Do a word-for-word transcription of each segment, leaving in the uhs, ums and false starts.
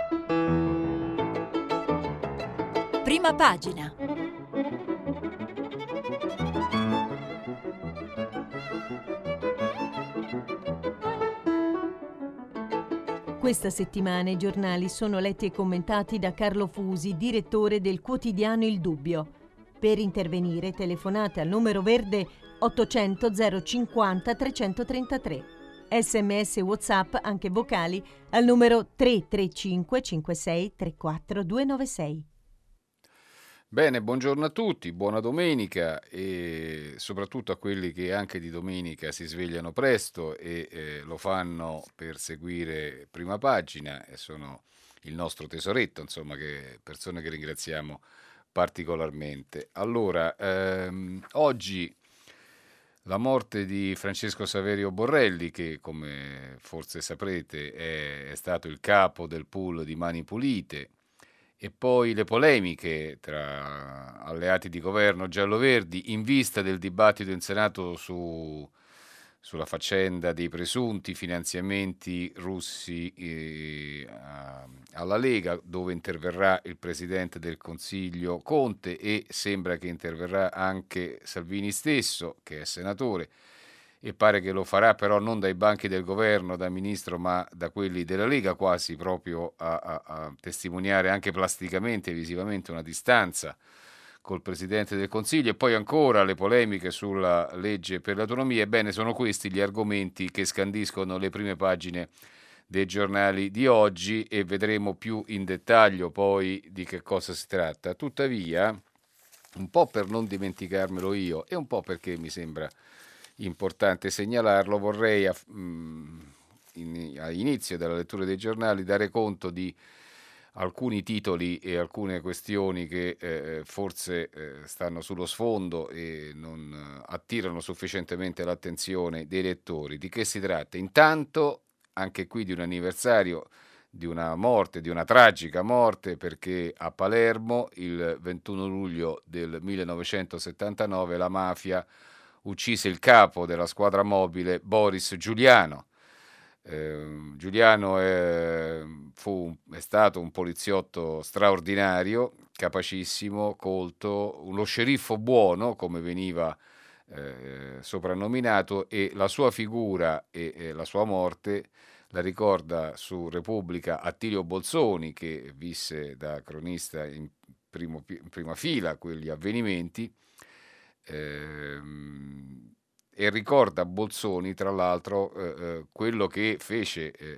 Prima pagina. Questa settimana i giornali sono letti e commentati da Carlo Fusi, direttore del quotidiano Il Dubbio. Per intervenire telefonate al numero verde ottocento zero cinquanta trecentotrentatré. Sms e WhatsApp, anche vocali, al numero tre tre cinque cinque sei tre quattro due nove sei. Bene, buongiorno a tutti, buona domenica e soprattutto a quelli che anche di domenica si svegliano presto e eh, lo fanno per seguire Prima Pagina e sono il nostro tesoretto, insomma, che persone che ringraziamo particolarmente. Allora, ehm, oggi la morte di Francesco Saverio Borrelli, che come forse saprete è, è stato il capo del pool di Mani Pulite, e poi le polemiche tra alleati di governo giallo-verdi in vista del dibattito in Senato su, sulla faccenda dei presunti finanziamenti russi eh, a- alla Lega, dove interverrà il presidente del Consiglio Conte e sembra che interverrà anche Salvini stesso, che è senatore e pare che lo farà però non dai banchi del governo, da ministro, ma da quelli della Lega, quasi proprio a, a- a testimoniare anche plasticamente e visivamente una distanza col Presidente del Consiglio. E poi ancora le polemiche sulla legge per l'autonomia. Ebbene, sono questi gli argomenti che scandiscono le prime pagine dei giornali di oggi e vedremo più in dettaglio poi di che cosa si tratta. Tuttavia, un po' per non dimenticarmelo io e un po' perché mi sembra importante segnalarlo, vorrei a, mm, in- all'inizio della lettura dei giornali dare conto di alcuni titoli e alcune questioni che eh, forse eh, stanno sullo sfondo e non eh, attirano sufficientemente l'attenzione dei lettori. Di che si tratta? Intanto, anche qui di un anniversario di una morte, di una tragica morte, perché a Palermo il ventuno luglio del millenovecentosettantanove la mafia uccise il capo della squadra mobile Boris Giuliano. Eh, Giuliano è, fu, è stato un poliziotto straordinario, capacissimo, colto, uno sceriffo buono, come veniva eh, soprannominato, e la sua figura e, e la sua morte la ricorda su Repubblica Attilio Bolzoni, che visse da cronista in, primo, in prima fila quegli avvenimenti. Ehm, e ricorda Bolzoni, tra l'altro, eh, eh, quello che fece eh,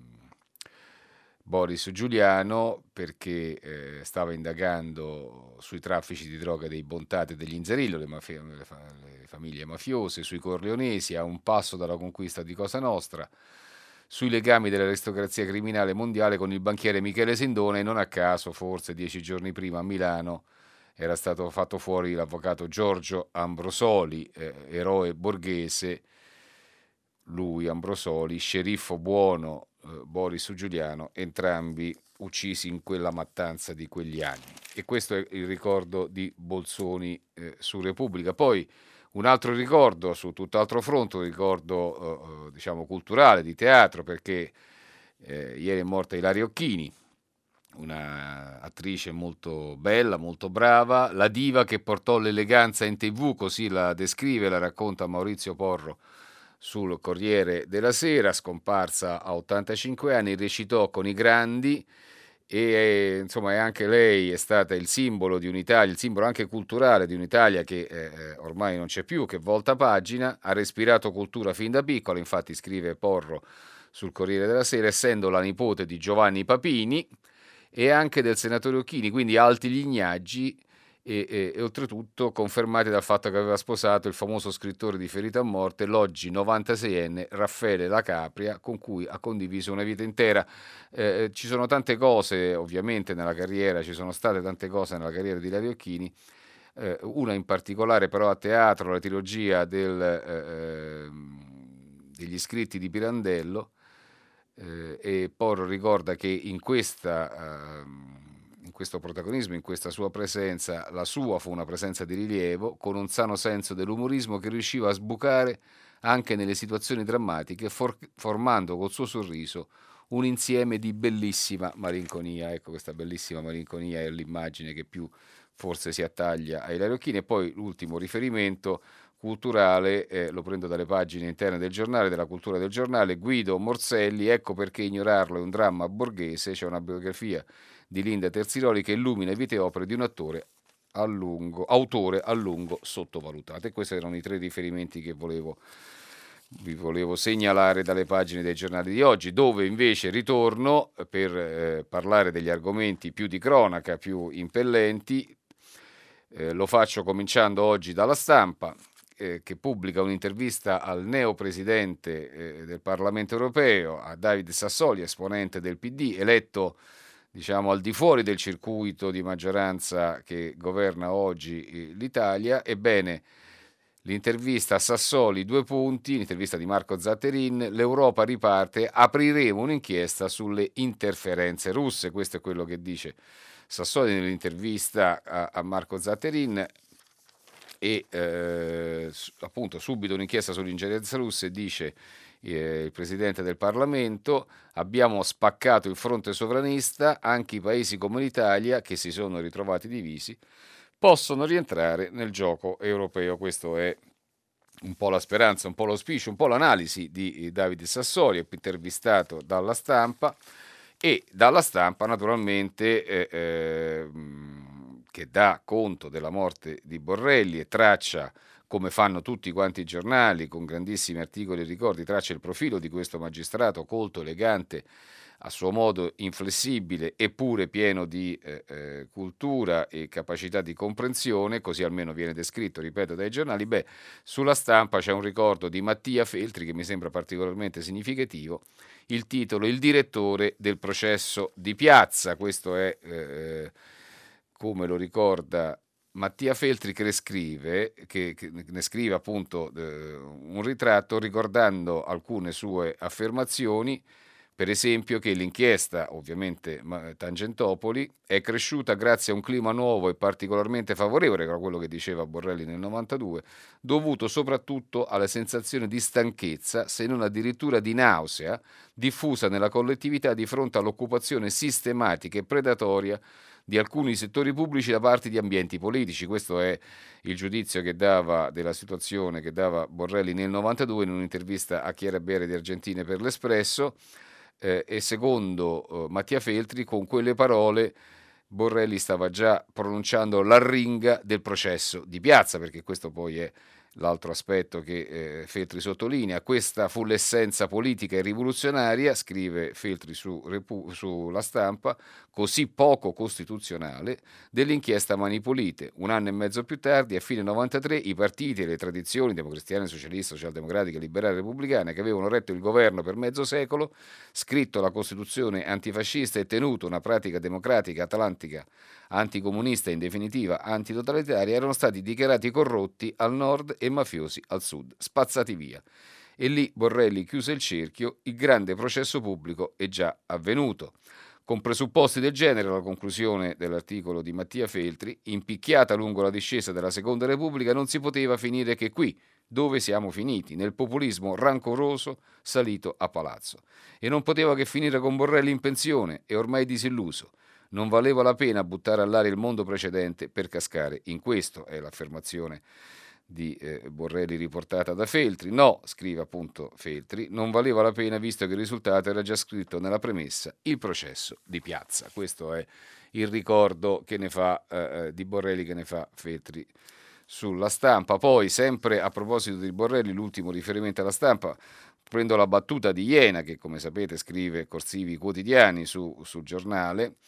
Boris Giuliano perché eh, stava indagando sui traffici di droga dei Bontati e degli Inzerillo, le, mafie- le fa- le famiglie mafiose, sui corleonesi, a un passo dalla conquista di Cosa Nostra, sui legami dell'aristocrazia criminale mondiale con il banchiere Michele Sindona e non a caso, forse dieci giorni prima a Milano, era stato fatto fuori l'avvocato Giorgio Ambrosoli, eh, eroe borghese, lui Ambrosoli, sceriffo buono eh, Boris Giuliano, entrambi uccisi in quella mattanza di quegli anni. E questo è il ricordo di Bolzoni eh, su Repubblica. Poi un altro ricordo su tutt'altro fronte, un ricordo eh, eh, diciamo culturale, di teatro, perché eh, ieri è morta Ilaria Occhini, una attrice molto bella, molto brava, la diva che portò l'eleganza in tv, così la descrive, la racconta Maurizio Porro sul Corriere della Sera, scomparsa a ottantacinque anni, recitò con i grandi e eh, insomma è anche lei è stata il simbolo di un'Italia, il simbolo anche culturale di un'Italia che eh, ormai non c'è più, che volta pagina, ha respirato cultura fin da piccola, infatti scrive Porro sul Corriere della Sera, essendo la nipote di Giovanni Papini e anche del senatore Occhini, quindi alti lignaggi e, e, e oltretutto confermati dal fatto che aveva sposato il famoso scrittore di Ferita a morte, l'oggi novantaseienne Raffaele La Capria, con cui ha condiviso una vita intera. Eh, ci sono tante cose, ovviamente, nella carriera, ci sono state tante cose nella carriera di Ilaria Occhini, eh, una in particolare però a teatro, la trilogia del, eh, degli scritti di Pirandello, eh, e Porro ricorda che in questa... ehm, in questo protagonismo, in questa sua presenza, la sua fu una presenza di rilievo, con un sano senso dell'umorismo che riusciva a sbucare anche nelle situazioni drammatiche, for- formando col suo sorriso un insieme di bellissima malinconia. Ecco, questa bellissima malinconia è l'immagine che più forse si attaglia ai Ilario Occhini. E poi l'ultimo riferimento culturale, eh, lo prendo dalle pagine interne del giornale, della cultura del giornale, Guido Morselli, ecco perché ignorarlo è un dramma borghese, c'è una biografia di Linda Terziroli che illumina vite e opere di un attore a lungo, autore a lungo sottovalutato. E questi erano i tre riferimenti che volevo, vi volevo segnalare dalle pagine dei giornali di oggi, dove invece ritorno per eh, parlare degli argomenti più di cronaca, più impellenti. Eh, lo faccio cominciando oggi dalla Stampa, eh, che pubblica un'intervista al neopresidente eh, del Parlamento europeo, a David Sassoli, esponente del P D, eletto diciamo al di fuori del circuito di maggioranza che governa oggi eh, l'Italia. Ebbene, l'intervista a Sassoli, due punti, l'intervista di Marco Zatterin, l'Europa riparte, apriremo un'inchiesta sulle interferenze russe, questo è quello che dice Sassoli nell'intervista a, a Marco Zatterin. E eh, appunto subito un'inchiesta sulle ingerenze russe, dice eh, il Presidente del Parlamento, abbiamo spaccato il fronte sovranista, anche i paesi come l'Italia, che si sono ritrovati divisi, possono rientrare nel gioco europeo. Questo è un po' la speranza, un po' l'auspicio, un po' l'analisi di Davide Sassoli, intervistato dalla Stampa. E dalla Stampa naturalmente eh, eh, che dà conto della morte di Borrelli e traccia, come fanno tutti quanti i giornali, con grandissimi articoli e ricordi, traccia il profilo di questo magistrato colto, elegante, a suo modo inflessibile, eppure pieno di eh, eh, cultura e capacità di comprensione, così almeno viene descritto, ripeto, dai giornali. Beh, sulla Stampa c'è un ricordo di Mattia Feltri che mi sembra particolarmente significativo. Il titolo: Il direttore del processo di piazza. Questo è, eh, come lo ricorda Mattia Feltri, che ne scrive, che, che ne scrive appunto eh, un ritratto ricordando alcune sue affermazioni. Per esempio che l'inchiesta, ovviamente Tangentopoli, è cresciuta grazie a un clima nuovo e particolarmente favorevole, che era quello che diceva Borrelli nel novantadue, dovuto soprattutto alla sensazione di stanchezza, se non addirittura di nausea, diffusa nella collettività di fronte all'occupazione sistematica e predatoria di alcuni settori pubblici da parte di ambienti politici. Questo è il giudizio che dava della situazione che dava Borrelli nel novantadue in un'intervista a Chiara Bere di Argentine per l'Espresso. Eh, e secondo eh, Mattia Feltri, con quelle parole Borrelli stava già pronunciando l'arringa del processo di piazza, perché questo poi è l'altro aspetto che eh, Feltri sottolinea. Questa fu l'essenza politica e rivoluzionaria, scrive Feltri su Repu- sulla Stampa, così poco costituzionale, dell'inchiesta Mani Pulite. Un anno e mezzo più tardi, a fine novantatré, i partiti e le tradizioni democristiane, socialiste, socialdemocratiche, liberali e repubblicane, che avevano retto il governo per mezzo secolo, scritto la Costituzione antifascista e tenuto una pratica democratica atlantica anticomunista e in definitiva antitotalitaria, erano stati dichiarati corrotti al nord e mafiosi al sud, spazzati via. E lì Borrelli chiuse il cerchio, il grande processo pubblico è già avvenuto. Con presupposti del genere, la conclusione dell'articolo di Mattia Feltri, impicchiata lungo la discesa della Seconda Repubblica, non si poteva finire che qui, dove siamo finiti, nel populismo rancoroso salito a palazzo. E non poteva che finire con Borrelli in pensione e ormai disilluso. Non valeva la pena buttare all'aria il mondo precedente per cascare in questo, è l'affermazione di eh, Borrelli riportata da Feltri. No, scrive appunto Feltri, non valeva la pena visto che il risultato era già scritto nella premessa, il processo di piazza. Questo è il ricordo che ne fa eh, di Borrelli, che ne fa Feltri sulla Stampa. Poi, sempre a proposito di Borrelli, l'ultimo riferimento alla Stampa, prendo la battuta di Iena, che come sapete scrive corsivi quotidiani su, sul giornale,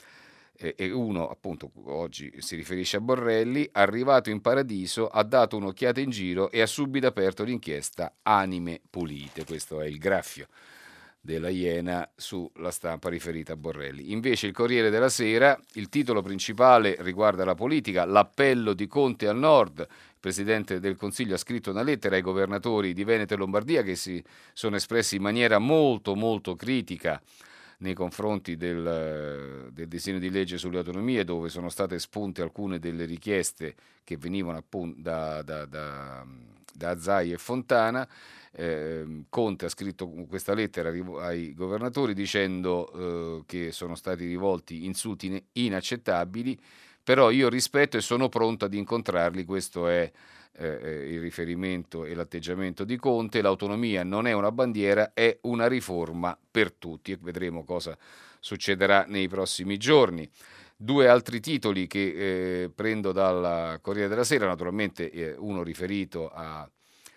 e uno appunto oggi si riferisce a Borrelli, arrivato in paradiso ha dato un'occhiata in giro e ha subito aperto l'inchiesta Anime Pulite. Questo è il graffio della Iena sulla Stampa riferita a Borrelli. Invece il Corriere della Sera, il titolo principale riguarda la politica, l'appello di Conte al Nord. Il Presidente del Consiglio ha scritto una lettera ai governatori di Veneto e Lombardia che si sono espressi in maniera molto molto critica nei confronti del, del disegno di legge sulle autonomie, dove sono state espunte alcune delle richieste che venivano appunto da, da, da, da Zai e Fontana. Eh, Conte ha scritto questa lettera ai governatori dicendo eh, che sono stati rivolti insulti inaccettabili, però io rispetto e sono pronto ad incontrarli. Questo è eh, il riferimento e l'atteggiamento di Conte. L'autonomia non è una bandiera, è una riforma per tutti, e vedremo cosa succederà nei prossimi giorni. Due altri titoli che eh, prendo dalla Corriere della Sera, naturalmente eh, uno riferito a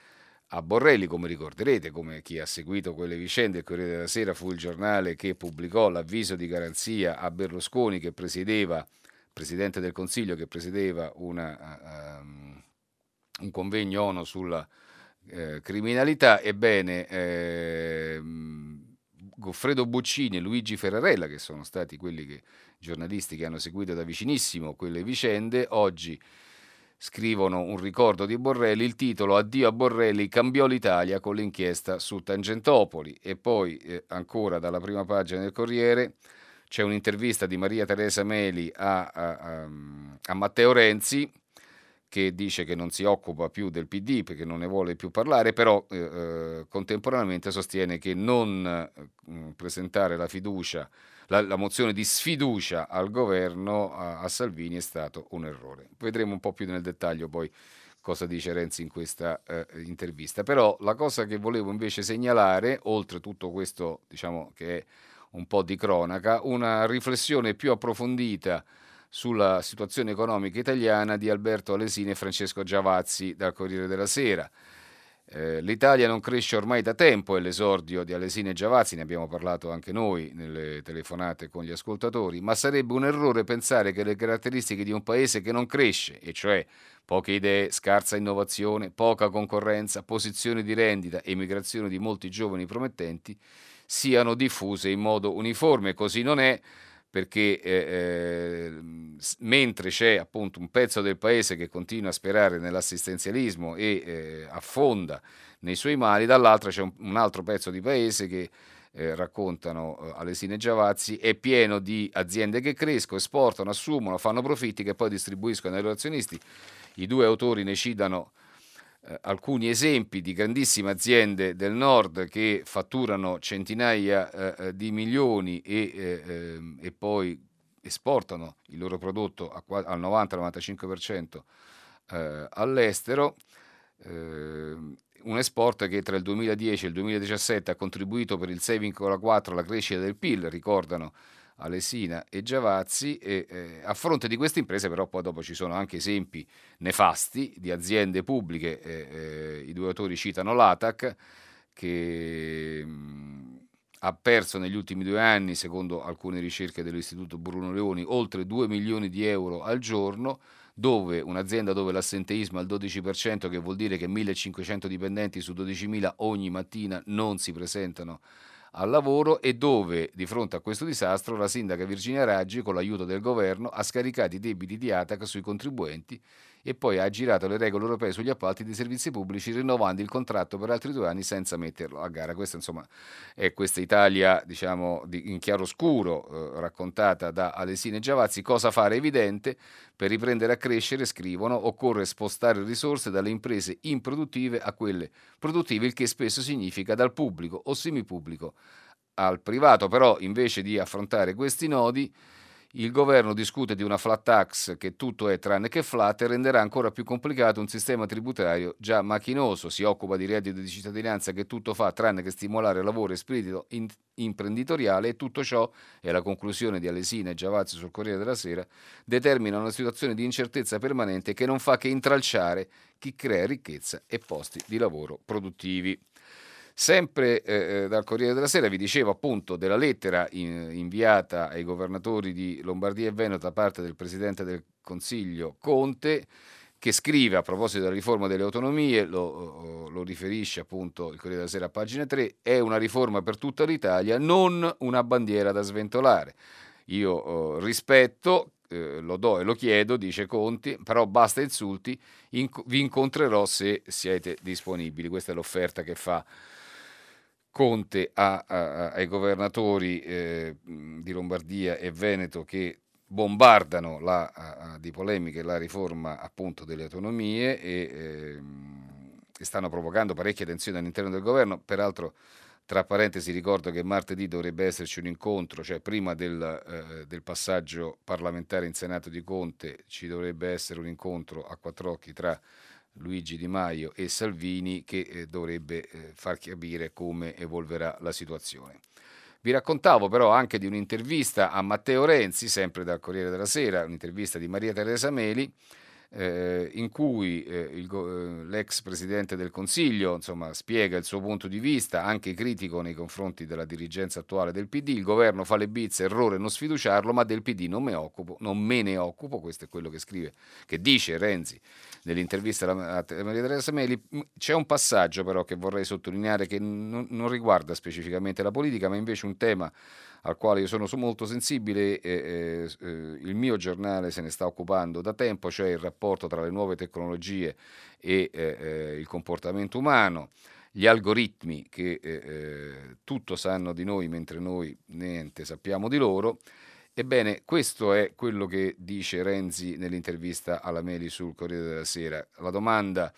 A Borrelli, come ricorderete, come chi ha seguito quelle vicende, il Corriere della Sera fu il giornale che pubblicò l'avviso di garanzia a Berlusconi, che presiedeva, Presidente del Consiglio, che presiedeva una, um, un convegno ONU sulla eh, criminalità. Ebbene, eh, Goffredo Boccini e Luigi Ferrarella, che sono stati quelli che, giornalisti che hanno seguito da vicinissimo quelle vicende, oggi scrivono un ricordo di Borrelli. Il titolo: "Addio a Borrelli, cambiò l'Italia con l'inchiesta su Tangentopoli". E poi eh, ancora dalla prima pagina del Corriere c'è un'intervista di Maria Teresa Meli a, a, a, a Matteo Renzi, che dice che non si occupa più del P D perché non ne vuole più parlare, però eh, eh, contemporaneamente sostiene che non eh, presentare la fiducia, la, la mozione di sfiducia al governo, a, a Salvini, è stato un errore. Vedremo un po' più nel dettaglio poi cosa dice Renzi in questa eh, intervista. Però la cosa che volevo invece segnalare, oltre tutto questo, diciamo che è un po' di cronaca, una riflessione più approfondita sulla situazione economica italiana di Alberto Alesini e Francesco Giavazzi dal Corriere della Sera. Eh, L'Italia non cresce ormai da tempo, è l'esordio di Alesini e Giavazzi, ne abbiamo parlato anche noi nelle telefonate con gli ascoltatori, ma sarebbe un errore pensare che le caratteristiche di un paese che non cresce, e cioè poche idee, scarsa innovazione, poca concorrenza, posizioni di rendita e migrazione di molti giovani promettenti, siano diffuse in modo uniforme. Così non è, perché eh, mentre c'è appunto un pezzo del paese che continua a sperare nell'assistenzialismo e eh, affonda nei suoi mali, dall'altra c'è un, un altro pezzo di paese che eh, raccontano eh, Alesini e Giavazzi, è pieno di aziende che crescono, esportano, assumono, fanno profitti che poi distribuiscono ai loro azionisti. I due autori ne citano eh, alcuni esempi di grandissime aziende del nord che fatturano centinaia eh, di milioni e, eh, e poi esportano il loro prodotto a, al novanta novantacinque per cento eh, all'estero. Eh, un export che tra il duemiladieci e il duemiladiciassette ha contribuito per il sei virgola quattro alla crescita del P I L, ricordano Alesina e Giavazzi. E, eh, a fronte di queste imprese però poi dopo ci sono anche esempi nefasti di aziende pubbliche. Eh, eh, i due autori citano l'Atac, che mh, ha perso negli ultimi due anni, secondo alcune ricerche dell'Istituto Bruno Leoni, oltre due milioni di euro al giorno, dove un'azienda dove l'assenteismo è al dodici per cento, che vuol dire che millecinquecento dipendenti su dodicimila ogni mattina non si presentano al lavoro, e dove di fronte a questo disastro la sindaca Virginia Raggi, con l'aiuto del governo, ha scaricato i debiti di Atac sui contribuenti e poi ha aggirato le regole europee sugli appalti di servizi pubblici, rinnovando il contratto per altri due anni senza metterlo a gara. Questa insomma è questa Italia, diciamo, di, in chiaroscuro, eh, raccontata da Alesini e Giavazzi. Cosa fare? Evidente: per riprendere a crescere, scrivono, occorre spostare risorse dalle imprese improduttive a quelle produttive, il che spesso significa dal pubblico o semipubblico al privato. Però invece di affrontare questi nodi, il governo discute di una flat tax che tutto è tranne che flat e renderà ancora più complicato un sistema tributario già macchinoso. Si occupa di reddito di cittadinanza che tutto fa tranne che stimolare lavoro e spirito in- imprenditoriale, e tutto ciò, è la conclusione di Alesina e Giavazzi sul Corriere della Sera, determina una situazione di incertezza permanente che non fa che intralciare chi crea ricchezza e posti di lavoro produttivi. Sempre eh, dal Corriere della Sera vi dicevo appunto della lettera in, inviata ai governatori di Lombardia e Veneto da parte del Presidente del Consiglio Conte, che scrive a proposito della riforma delle autonomie, lo, lo riferisce appunto il Corriere della Sera a pagina tre, è una riforma per tutta l'Italia, non una bandiera da sventolare. Io eh, rispetto, eh, lo do e lo chiedo, dice Conte, però basta insulti, inc- vi incontrerò se siete disponibili. Questa è l'offerta che fa Conte a, a, ai governatori eh, di Lombardia e Veneto che bombardano la, a, di polemiche la riforma appunto delle autonomie e, ehm, e stanno provocando parecchie tensioni all'interno del governo. Peraltro, tra parentesi, ricordo che martedì dovrebbe esserci un incontro, cioè prima del, eh, del passaggio parlamentare in Senato di Conte ci dovrebbe essere un incontro a quattro occhi tra Luigi Di Maio e Salvini che eh, dovrebbe eh, far capire come evolverà la situazione. Vi raccontavo però anche di un'intervista a Matteo Renzi, sempre dal Corriere della Sera, un'intervista di Maria Teresa Meli, eh, in cui eh, il, eh, l'ex Presidente del Consiglio insomma, spiega il suo punto di vista, anche critico nei confronti della dirigenza attuale del P D. Il governo fa le bizze, errore non sfiduciarlo, ma del P D non me, occupo, non me ne occupo, questo è quello che scrive, che dice Renzi nell'intervista a Maria Teresa Meli. C'è un passaggio però che vorrei sottolineare che non, non riguarda specificamente la politica, ma invece un tema al quale io sono molto sensibile, eh, eh, il mio giornale se ne sta occupando da tempo, cioè il rapporto tra le nuove tecnologie e eh, il comportamento umano, gli algoritmi che eh, tutto sanno di noi mentre noi niente sappiamo di loro. Ebbene, questo è quello che dice Renzi nell'intervista alla Meli sul Corriere della Sera. La domanda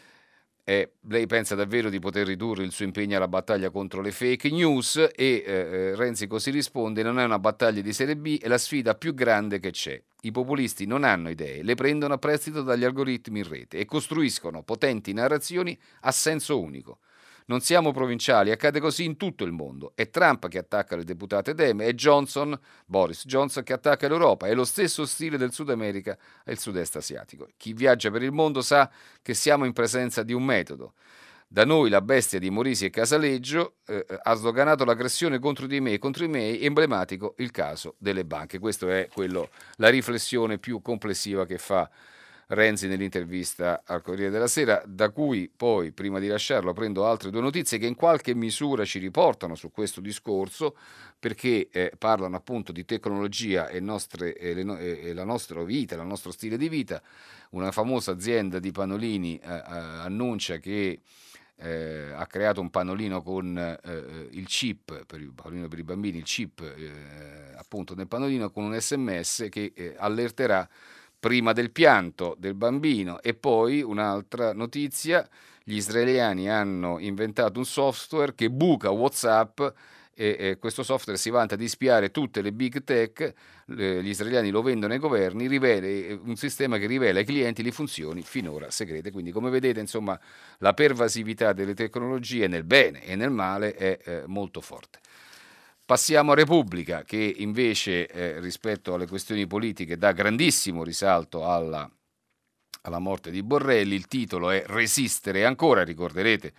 è: lei pensa davvero di poter ridurre il suo impegno alla battaglia contro le fake news? E eh, Renzi così risponde: non è una battaglia di serie B, è la sfida più grande che c'è. I populisti non hanno idee, le prendono a prestito dagli algoritmi in rete e costruiscono potenti narrazioni a senso unico. Non siamo provinciali, accade così in tutto il mondo. È Trump che attacca le deputate Deme, è Johnson, Boris Johnson che attacca l'Europa, è lo stesso stile del Sud America e il sud-est asiatico. Chi viaggia per il mondo sa che siamo in presenza di un metodo. Da noi la bestia di Morisi e Casaleggio eh, ha sdoganato l'aggressione contro di me e contro i miei, emblematico il caso delle banche. Questa è quello, la riflessione più complessiva che fa Renzi nell'intervista al Corriere della Sera, da cui poi, prima di lasciarlo, prendo altre due notizie che in qualche misura ci riportano su questo discorso, perché eh, parlano appunto di tecnologia e, nostre, e, le, e la nostra vita, il nostro stile di vita. Una famosa azienda di pannolini eh, eh, annuncia che eh, ha creato un pannolino con eh, il chip, per il pannolino per i bambini, il chip eh, appunto nel pannolino con un sms che eh, allerterà prima del pianto del bambino. E poi un'altra notizia: gli israeliani hanno inventato un software che buca WhatsApp e, e questo software si vanta di spiare tutte le big tech, le, gli israeliani lo vendono ai governi, rivela, un sistema che rivela ai clienti le funzioni finora segrete. Quindi come vedete insomma la pervasività delle tecnologie nel bene e nel male è eh, molto forte. Passiamo a Repubblica, che invece eh, rispetto alle questioni politiche dà grandissimo risalto alla, alla morte di Borrelli. Il titolo è Resistere ancora, ricorderete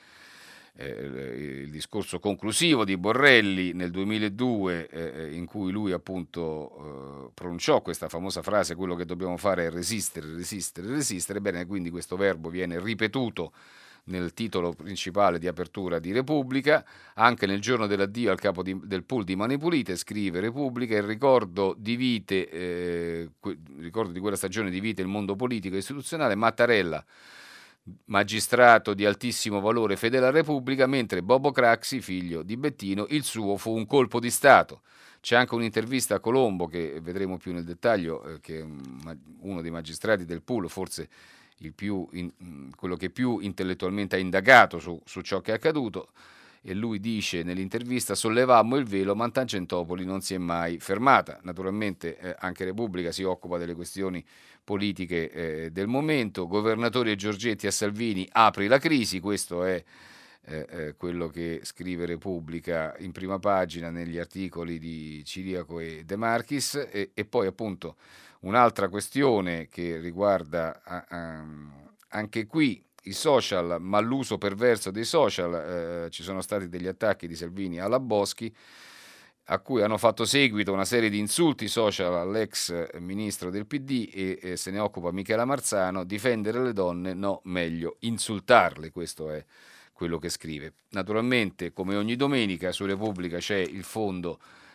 eh, il discorso conclusivo di Borrelli nel duemiladue eh, in cui lui appunto eh, pronunciò questa famosa frase: quello che dobbiamo fare è resistere, resistere, resistere. Bene, quindi questo verbo viene ripetuto nel titolo principale di apertura di Repubblica. Anche nel giorno dell'addio al capo di, del pool di Mani Pulite, scrive Repubblica, il ricordo di vite, eh, que, ricordo di quella stagione di vita il mondo politico e istituzionale. Mattarella, magistrato di altissimo valore, fedele alla Repubblica, mentre Bobo Craxi, figlio di Bettino, il suo fu un colpo di Stato. C'è anche un'intervista a Colombo, che vedremo più nel dettaglio, eh, che è uno dei magistrati del pool, forse il più in, quello che più intellettualmente ha indagato su, su ciò che è accaduto, e lui dice nell'intervista: sollevammo il velo, ma Tangentopoli non si è mai fermata. Naturalmente eh, anche Repubblica si occupa delle questioni politiche eh, del momento. Governatori e Giorgetti a Salvini, apri la crisi. Questo è eh, eh, quello che scrive Repubblica in prima pagina negli articoli di Ciriaco e De Marchis. E, e poi appunto un'altra questione che riguarda a, a, anche qui i social, ma l'uso perverso dei social. Eh, ci sono stati degli attacchi di Salvini alla Boschi, a cui hanno fatto seguito una serie di insulti social all'ex ministro del P D, e, e se ne occupa Michela Marzano. Difendere le donne, no, meglio insultarle. Questo è quello che scrive. Naturalmente, come ogni domenica, su Repubblica c'è il fondo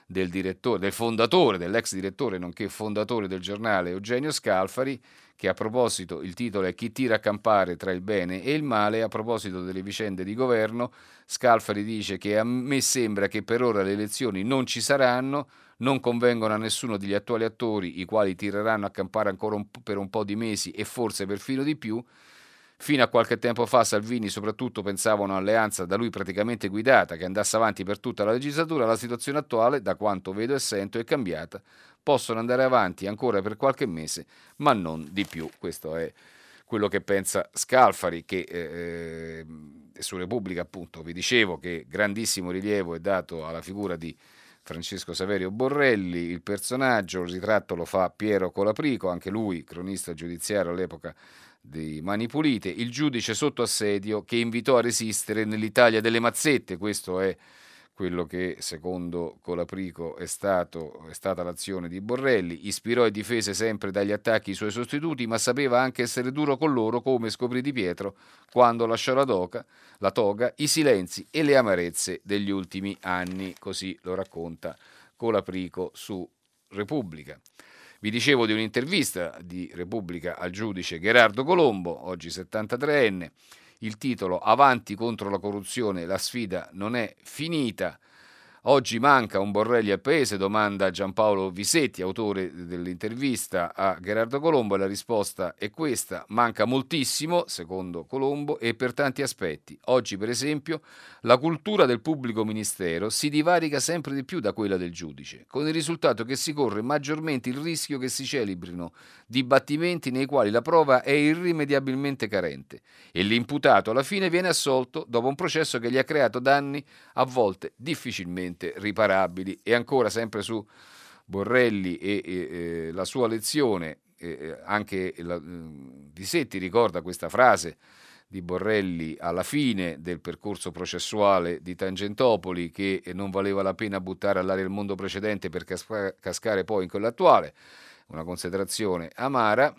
del direttore, del fondatore, dell'ex direttore nonché fondatore del giornale Eugenio Scalfari, che a proposito, il titolo è Chi tira a campare tra il bene e il male, a proposito delle vicende di governo, Scalfari dice che a me sembra che per ora le elezioni non ci saranno, non convengono a nessuno degli attuali attori, i quali tireranno a campare ancora un po' per un po' di mesi e forse perfino di più. Fino a qualche tempo fa Salvini soprattutto pensava a un'alleanza da lui praticamente guidata che andasse avanti per tutta la legislatura. La situazione attuale, da quanto vedo e sento, è cambiata. Possono andare avanti ancora per qualche mese, ma non di più. Questo è quello che pensa Scalfari, che eh, su Repubblica appunto vi dicevo che grandissimo rilievo è dato alla figura di Francesco Saverio Borrelli, il personaggio, il ritratto lo fa Piero Colaprico, anche lui cronista giudiziario all'epoca di Mani Pulite, il giudice sotto assedio che invitò a resistere nell'Italia delle mazzette. Questo è quello che secondo Colaprico è, stato, è stata l'azione di Borrelli. Ispirò e difese sempre dagli attacchi i suoi sostituti, ma sapeva anche essere duro con loro, come scoprì Di Pietro quando lasciò la, doca, la toga, i silenzi e le amarezze degli ultimi anni. Così lo racconta Colaprico su Repubblica. Vi dicevo di un'intervista di Repubblica al giudice Gherardo Colombo, oggi settantatreenne, il titolo Avanti contro la corruzione, la sfida non è finita. Oggi manca un Borrelli al paese? Domanda Giampaolo Visetti, autore dell'intervista a Gherardo Colombo, e la risposta è questa: manca moltissimo, secondo Colombo, e per tanti aspetti. Oggi, per esempio, la cultura del pubblico ministero si divarica sempre di più da quella del giudice, con il risultato che si corre maggiormente il rischio che si celebrino dibattimenti nei quali la prova è irrimediabilmente carente e l'imputato alla fine viene assolto dopo un processo che gli ha creato danni a volte difficilmente riparabili. E ancora sempre su Borrelli e, e, e la sua lezione, e anche la, Visetti ricorda questa frase di Borrelli alla fine del percorso processuale di Tangentopoli, che non valeva la pena buttare all'aria il mondo precedente per cascare poi in quello attuale, una considerazione amara.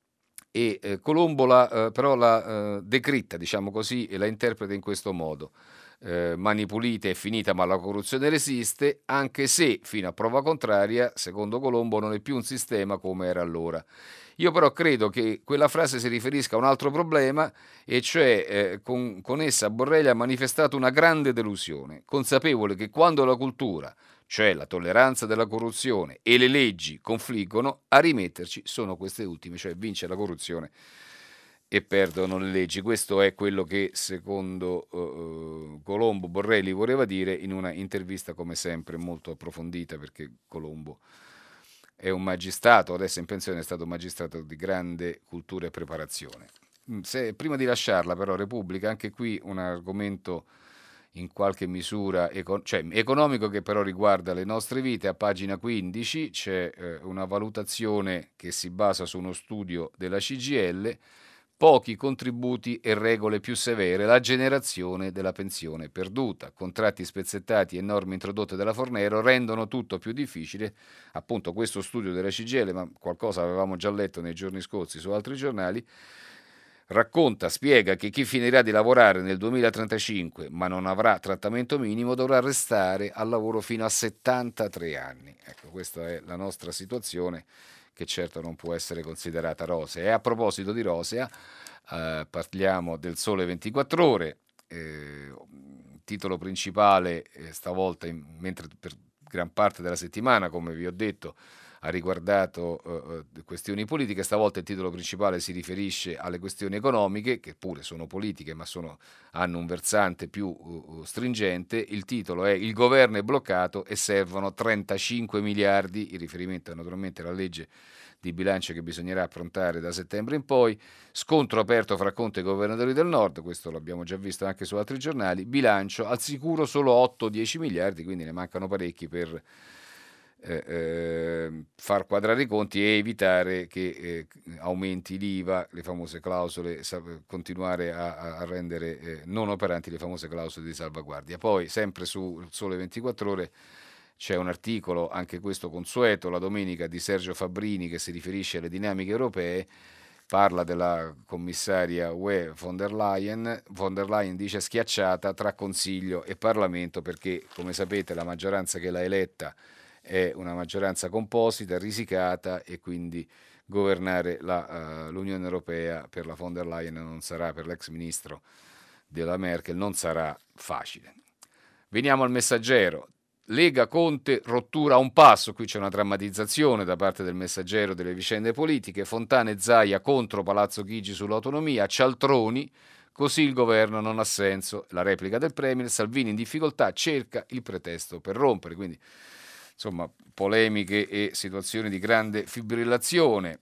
E eh, Colombo la, eh, però la eh, decritta, diciamo così, e la interpreta in questo modo. Eh, Mani Pulite è finita, ma la corruzione resiste, anche se, fino a prova contraria, secondo Colombo non è più un sistema come era allora. Io però credo che quella frase si riferisca a un altro problema, e cioè eh, con, con essa Borrelli ha manifestato una grande delusione, consapevole che quando la cultura, cioè la tolleranza della corruzione, e le leggi confliggono, a rimetterci sono queste ultime, cioè vince la corruzione e perdono le leggi. Questo è quello che secondo uh, Colombo Borrelli voleva dire in una intervista come sempre molto approfondita, perché Colombo è un magistrato, adesso in pensione, è stato un magistrato di grande cultura e preparazione. Se, prima di lasciarla però Repubblica, anche qui un argomento in qualche misura econ- cioè, economico, che però riguarda le nostre vite. A pagina quindici c'è eh, una valutazione che si basa su uno studio della C G I L. Pochi contributi e regole più severe, la generazione della pensione perduta, contratti spezzettati e norme introdotte dalla Fornero rendono tutto più difficile. Appunto questo studio della C G I L, ma qualcosa avevamo già letto nei giorni scorsi su altri giornali, racconta, spiega che chi finirà di lavorare nel duemilatrentacinque ma non avrà trattamento minimo dovrà restare al lavoro fino a settantatré anni. Ecco, questa è la nostra situazione, che certo non può essere considerata rosea. E a proposito di rosea, eh, parliamo del Sole ventiquattro Ore, eh, titolo principale eh, stavolta, in, mentre per gran parte della settimana, come vi ho detto, ha riguardato uh, questioni politiche, stavolta il titolo principale si riferisce alle questioni economiche, che pure sono politiche ma sono, hanno un versante più uh, stringente. Il titolo è Il governo è bloccato e servono trentacinque miliardi, in riferimento naturalmente alla legge di bilancio che bisognerà approntare da settembre in poi. Scontro aperto fra Conte e governatori del Nord, questo l'abbiamo già visto anche su altri giornali. Bilancio al sicuro solo otto dieci miliardi, quindi ne mancano parecchi per Eh, eh, far quadrare i conti e evitare che eh, aumenti l'I V A, le famose clausole, sa- continuare a, a rendere eh, non operanti le famose clausole di salvaguardia. Poi, sempre su Sole ventiquattro Ore, c'è un articolo, anche questo consueto, la domenica, di Sergio Fabbrini, che si riferisce alle dinamiche europee. Parla della commissaria U E von der Leyen. Von der Leyen dice schiacciata tra Consiglio e Parlamento perché, come sapete, la maggioranza che l'ha eletta è una maggioranza composita, risicata e quindi governare la, uh, l'Unione Europea per la von der Leyen non sarà, per l'ex ministro della Merkel, non sarà facile. Veniamo al Messaggero. Lega Conte, rottura a un passo, qui c'è una drammatizzazione da parte del Messaggero delle vicende politiche, Fontana e Zaia contro Palazzo Chigi sull'autonomia, Cialtroni, così il governo non ha senso, la replica del Premier, Salvini in difficoltà cerca il pretesto per rompere, quindi insomma polemiche e situazioni di grande fibrillazione.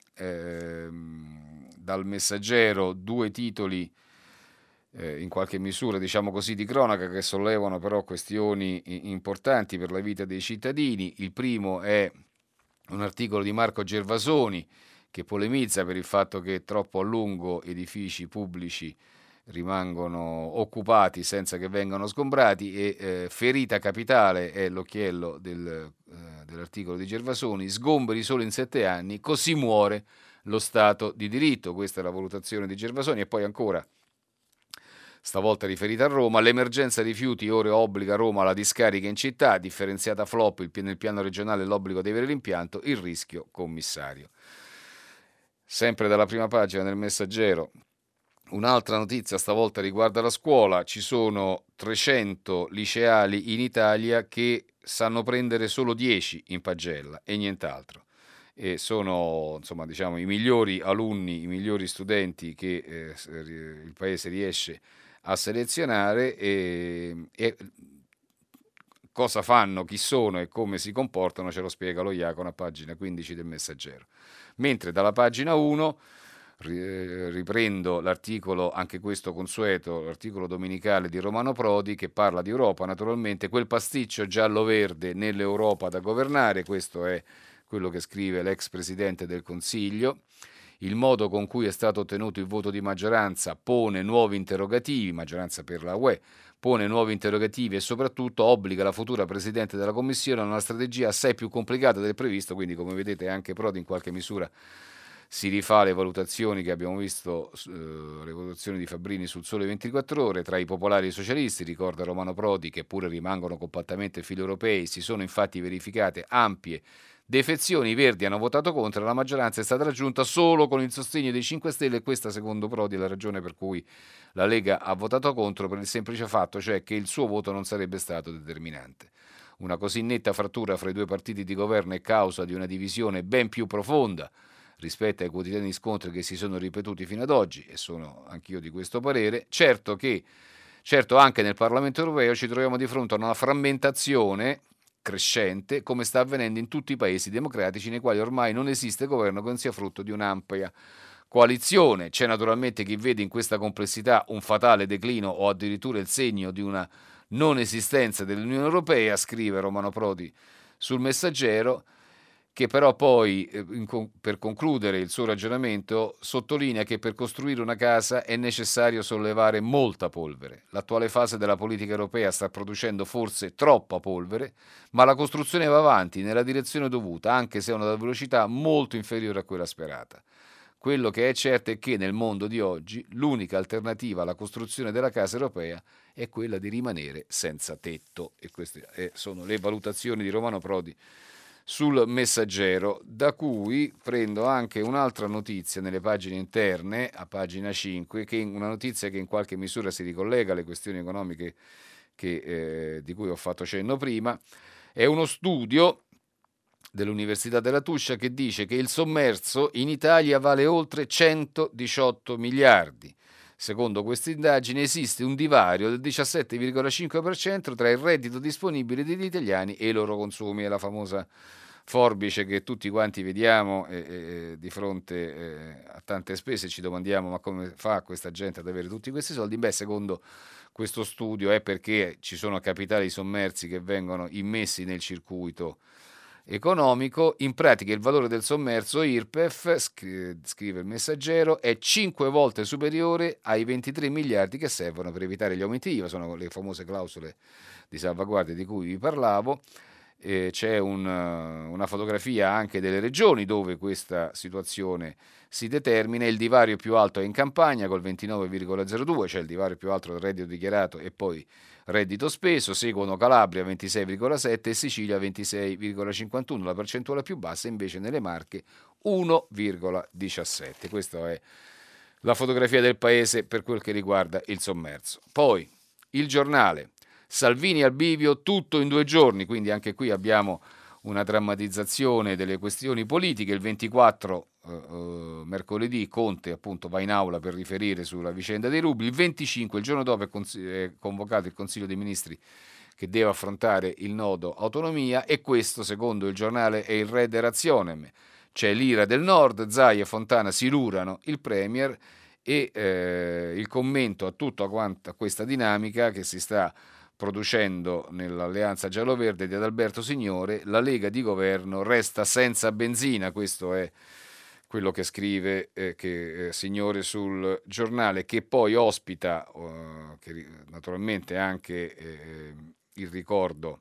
Ehm, dal Messaggero due titoli Eh, in qualche misura, diciamo così, di cronaca che sollevano però questioni i- importanti per la vita dei cittadini. Il primo è un articolo di Marco Gervasoni che polemizza per il fatto che troppo a lungo edifici pubblici rimangono occupati senza che vengano sgombrati e eh, ferita capitale è l'occhiello del, eh, dell'articolo di Gervasoni, sgomberi solo in sette anni, così muore lo Stato di diritto. Questa è la valutazione di Gervasoni. E poi ancora, stavolta riferita a Roma, l'emergenza rifiuti ora obbliga Roma alla discarica in città, differenziata flop, il, nel piano regionale l'obbligo di avere l'impianto, il rischio commissario. Sempre dalla prima pagina del Messaggero, un'altra notizia stavolta riguarda la scuola, ci sono trecento liceali in Italia che sanno prendere solo dieci in pagella e nient'altro. E sono insomma diciamo i migliori alunni, i migliori studenti che eh, il paese riesce a selezionare e, e cosa fanno, chi sono e come si comportano ce lo spiega lo Iacona a pagina quindici del Messaggero. Mentre dalla pagina uno riprendo l'articolo, anche questo consueto, l'articolo domenicale di Romano Prodi che parla di Europa, naturalmente quel pasticcio giallo-verde nell'Europa da governare, questo è quello che scrive l'ex Presidente del Consiglio. Il modo con cui è stato ottenuto il voto di maggioranza pone nuovi interrogativi, maggioranza per la U E, pone nuovi interrogativi e soprattutto obbliga la futura Presidente della Commissione a una strategia assai più complicata del previsto, quindi come vedete anche Prodi in qualche misura si rifà alle valutazioni che abbiamo visto, eh, le valutazioni di Fabbrini sul Sole ventiquattro Ore, tra i popolari e i socialisti, ricorda Romano Prodi, che pure rimangono compattamente filo-europei, si sono infatti verificate ampie defezioni, i Verdi hanno votato contro, la maggioranza è stata raggiunta solo con il sostegno dei cinque Stelle e questa secondo Prodi è la ragione per cui la Lega ha votato contro, per il semplice fatto cioè che il suo voto non sarebbe stato determinante. Una così netta frattura fra i due partiti di governo è causa di una divisione ben più profonda rispetto ai quotidiani scontri che si sono ripetuti fino ad oggi, e sono anch'io di questo parere. Certo che, certo anche nel Parlamento europeo ci troviamo di fronte a una frammentazione crescente, come sta avvenendo in tutti i paesi democratici nei quali ormai non esiste governo che non sia frutto di un'ampia coalizione. C'è naturalmente chi vede in questa complessità un fatale declino o addirittura il segno di una non esistenza dell'Unione Europea, scrive Romano Prodi sul Messaggero, che però poi, eh, in, per concludere il suo ragionamento, sottolinea che per costruire una casa è necessario sollevare molta polvere. L'attuale fase della politica europea sta producendo forse troppa polvere, ma la costruzione va avanti nella direzione dovuta, anche se a una velocità molto inferiore a quella sperata. Quello che è certo è che nel mondo di oggi l'unica alternativa alla costruzione della casa europea è quella di rimanere senza tetto. E queste sono le valutazioni di Romano Prodi sul Messaggero, da cui prendo anche un'altra notizia nelle pagine interne, a pagina cinque, che è una notizia che in qualche misura si ricollega alle questioni economiche che, eh, di cui ho fatto cenno prima. È uno studio dell'Università della Tuscia che dice che il sommerso in Italia vale oltre centodiciotto miliardi. Secondo questa indagine esiste un divario del diciassette virgola cinque per cento tra il reddito disponibile degli italiani e i loro consumi. È la famosa forbice che tutti quanti vediamo e, e, di fronte eh, a tante spese ci domandiamo ma come fa questa gente ad avere tutti questi soldi? Beh, secondo questo studio è perché ci sono capitali sommersi che vengono immessi nel circuito economico. In pratica il valore del sommerso I R P E F, scrive il Messaggero, è cinque volte superiore ai ventitré miliardi che servono per evitare gli aumenti I V A, sono le famose clausole di salvaguardia di cui vi parlavo. eh, c'è un, una fotografia anche delle regioni dove questa situazione si determina. Il divario più alto è in Campania col ventinove virgola zero due, cioè il divario più alto tra reddito dichiarato e poi reddito speso, seguono Calabria ventisei virgola sette e Sicilia ventisei virgola cinquantuno, la percentuale più bassa invece nelle Marche uno virgola diciassette. Questa è la fotografia del paese per quel che riguarda il sommerso. Poi il Giornale, Salvini al bivio tutto in due giorni, quindi anche qui abbiamo una drammatizzazione delle questioni politiche. Il ventiquattro eh, eh, mercoledì Conte appunto va in aula per riferire sulla vicenda dei rubli, il venticinque, il giorno dopo, è, cons- è convocato il Consiglio dei Ministri che deve affrontare il nodo autonomia, e questo, secondo il Giornale, è il re razionem. C'è l'ira del nord, Zaia e Fontana si lurano il premier, e eh, il commento a tutta quanta questa dinamica che si sta producendo nell'alleanza giallo-verde di Adalberto Signore: la Lega di governo resta senza benzina. Questo è quello che scrive eh, che, eh, Signore sul Giornale, che poi ospita uh, che, naturalmente anche eh, il ricordo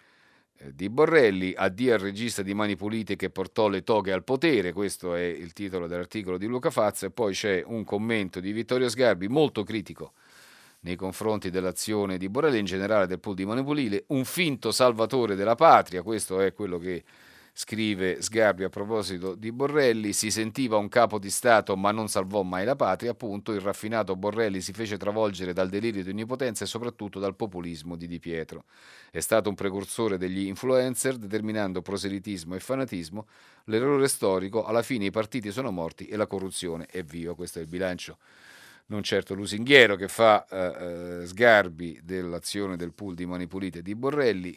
eh, di Borrelli, addio al regista di Mani Pulite che portò le toghe al potere. Questo è il titolo dell'articolo di Luca Fazza, e poi c'è un commento di Vittorio Sgarbi molto critico nei confronti dell'azione di Borrelli, in generale del pool di Mani Pulite, un finto salvatore della patria. Questo è quello che scrive Sgarbi a proposito di Borrelli. Si sentiva un capo di Stato ma non salvò mai la patria, appunto. Il raffinato Borrelli si fece travolgere dal delirio di onnipotenza e soprattutto dal populismo di Di Pietro. È stato un precursore degli influencer, determinando proselitismo e fanatismo. L'errore storico: alla fine i partiti sono morti e la corruzione è viva. Questo è il bilancio non certo lusinghiero che fa eh, Sgarbi dell'azione del pool di Mani Pulite di Borrelli.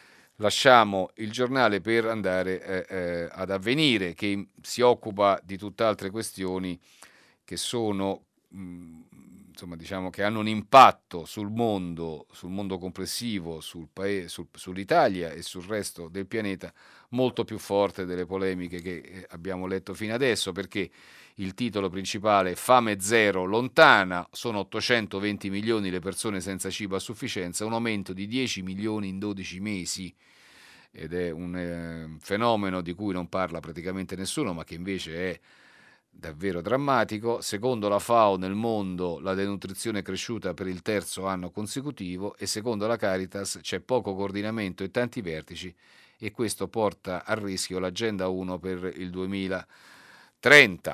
Lasciamo il Giornale per andare eh, eh, ad Avvenire, che si occupa di tutt'altre questioni che sono mh, insomma, diciamo che hanno un impatto sul mondo, sul mondo complessivo, sul paese, sul, sull'Italia e sul resto del pianeta, molto più forte delle polemiche che abbiamo letto fino adesso, perché il titolo principale: fame zero lontana, sono ottocentoventi milioni le persone senza cibo a sufficienza, un aumento di dieci milioni in dodici mesi, ed è un eh, fenomeno di cui non parla praticamente nessuno, ma che invece è davvero drammatico. Secondo la FAO nel mondo la denutrizione è cresciuta per il terzo anno consecutivo, e secondo la Caritas c'è poco coordinamento e tanti vertici, e questo porta a rischio l'Agenda uno per il duemilatrenta.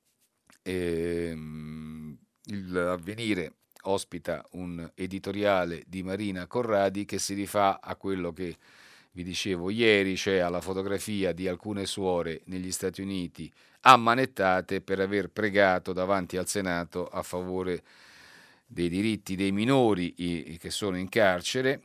Ehm, il Avvenire ospita un editoriale di Marina Corradi che si rifà a quello che vi dicevo ieri, cioè alla fotografia di alcune suore negli Stati Uniti ammanettate per aver pregato davanti al Senato a favore dei diritti dei minori i, che sono in carcere.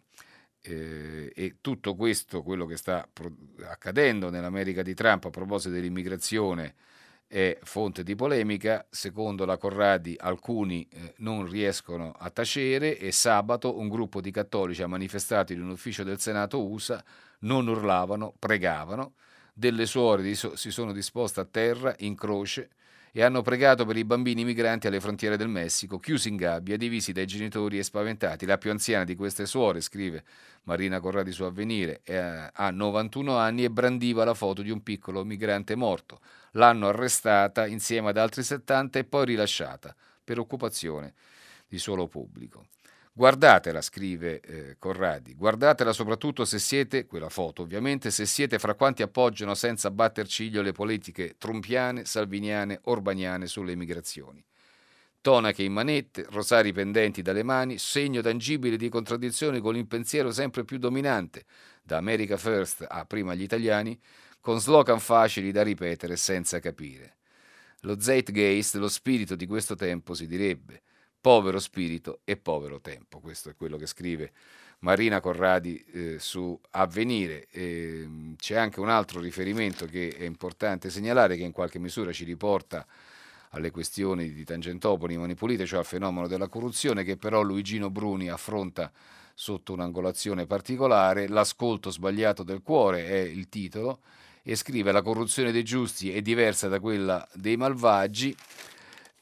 Eh, e tutto questo, quello che sta pro- accadendo nell'America di Trump a proposito dell'immigrazione, è fonte di polemica. Secondo la Corradi alcuni eh, non riescono a tacere, e sabato un gruppo di cattolici ha manifestato in un ufficio del Senato U S A, non urlavano, pregavano. Delle suore si sono disposte a terra in croce e hanno pregato per i bambini migranti alle frontiere del Messico, chiusi in gabbia, divisi dai genitori e spaventati. La più anziana di queste suore, scrive Marina Corradi su Avvenire, ha novantuno anni e brandiva la foto di un piccolo migrante morto. L'hanno arrestata insieme ad altri settanta e poi rilasciata per occupazione di suolo pubblico. Guardatela, scrive eh, Corradi, guardatela soprattutto se siete, quella foto ovviamente, se siete fra quanti appoggiano senza batter ciglio le politiche trumpiane, salviniane, orbaniane sulle immigrazioni. Tonache in manette, rosari pendenti dalle mani, segno tangibile di contraddizioni con il pensiero sempre più dominante, da America First a prima gli italiani, con slogan facili da ripetere senza capire. Lo Zeitgeist, lo spirito di questo tempo, si direbbe. Povero spirito e povero tempo. Questo è quello che scrive Marina Corradi eh, su Avvenire. E, mh, c'è anche un altro riferimento che è importante segnalare, che in qualche misura ci riporta alle questioni di Tangentopoli, Mani Pulite, cioè al fenomeno della corruzione, che però Luigino Bruni affronta sotto un'angolazione particolare. L'ascolto sbagliato del cuore è il titolo, e scrive: la corruzione dei giusti è diversa da quella dei malvagi.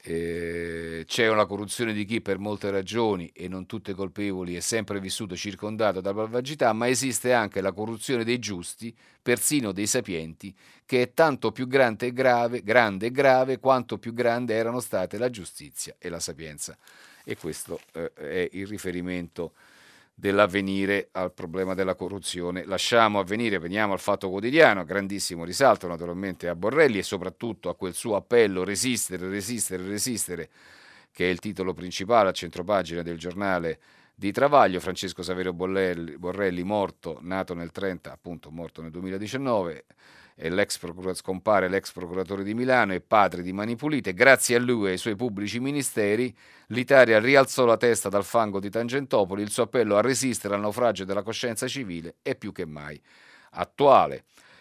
Eh, c'è una corruzione di chi per molte ragioni e non tutte colpevoli è sempre vissuto circondato da malvagità, ma esiste anche la corruzione dei giusti, persino dei sapienti, che è tanto più grande e grave, grande e grave quanto più grande erano state la giustizia e la sapienza. E questo eh, è il riferimento dell'Avvenire al problema della corruzione. Lasciamo Avvenire, veniamo al Fatto Quotidiano, grandissimo risalto naturalmente a Borrelli e soprattutto a quel suo appello resistere, resistere, resistere, che è il titolo principale a centropagina del giornale di Travaglio. Francesco Saverio Borrelli, Borrelli morto, nato nel trenta, appunto morto nel duemiladiciannove, e l'ex procura- scompare l'ex procuratore di Milano e padre di Mani Pulite. Grazie a lui e ai suoi pubblici ministeri l'Italia rialzò la testa dal fango di Tangentopoli, il suo appello a resistere al naufragio della coscienza civile è più che mai attuale.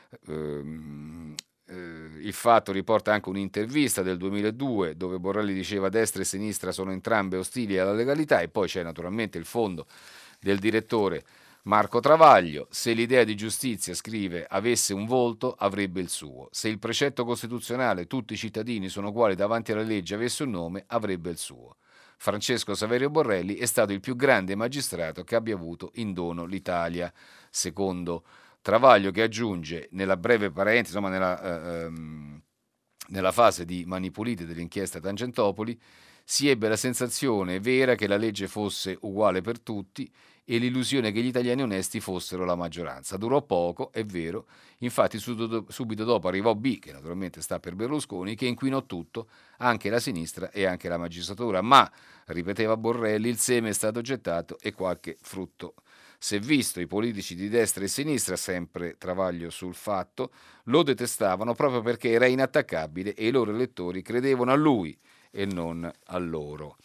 Ehm, eh, il Fatto riporta anche un'intervista del duemiladue dove Borrelli diceva destra e sinistra sono entrambe ostili alla legalità, e poi c'è naturalmente il fondo del direttore Marco Travaglio: se l'idea di giustizia, scrive, avesse un volto, avrebbe il suo. Se il precetto costituzionale tutti i cittadini sono uguali davanti alla legge avesse un nome, avrebbe il suo. Francesco Saverio Borrelli è stato il più grande magistrato che abbia avuto in dono l'Italia, secondo Travaglio, che aggiunge nella breve parentesi, insomma nella, ehm, nella fase di Mani Pulite dell'inchiesta Tangentopoli, si ebbe la sensazione vera che la legge fosse uguale per tutti e l'illusione che gli italiani onesti fossero la maggioranza. Durò poco, è vero, infatti subito dopo arrivò B, che naturalmente sta per Berlusconi, che inquinò tutto, anche la sinistra e anche la magistratura, ma, ripeteva Borrelli, il seme è stato gettato e qualche frutto si è visto. I politici di destra e sinistra, sempre Travaglio sul Fatto, lo detestavano proprio perché era inattaccabile e i loro elettori credevano a lui e non a loro.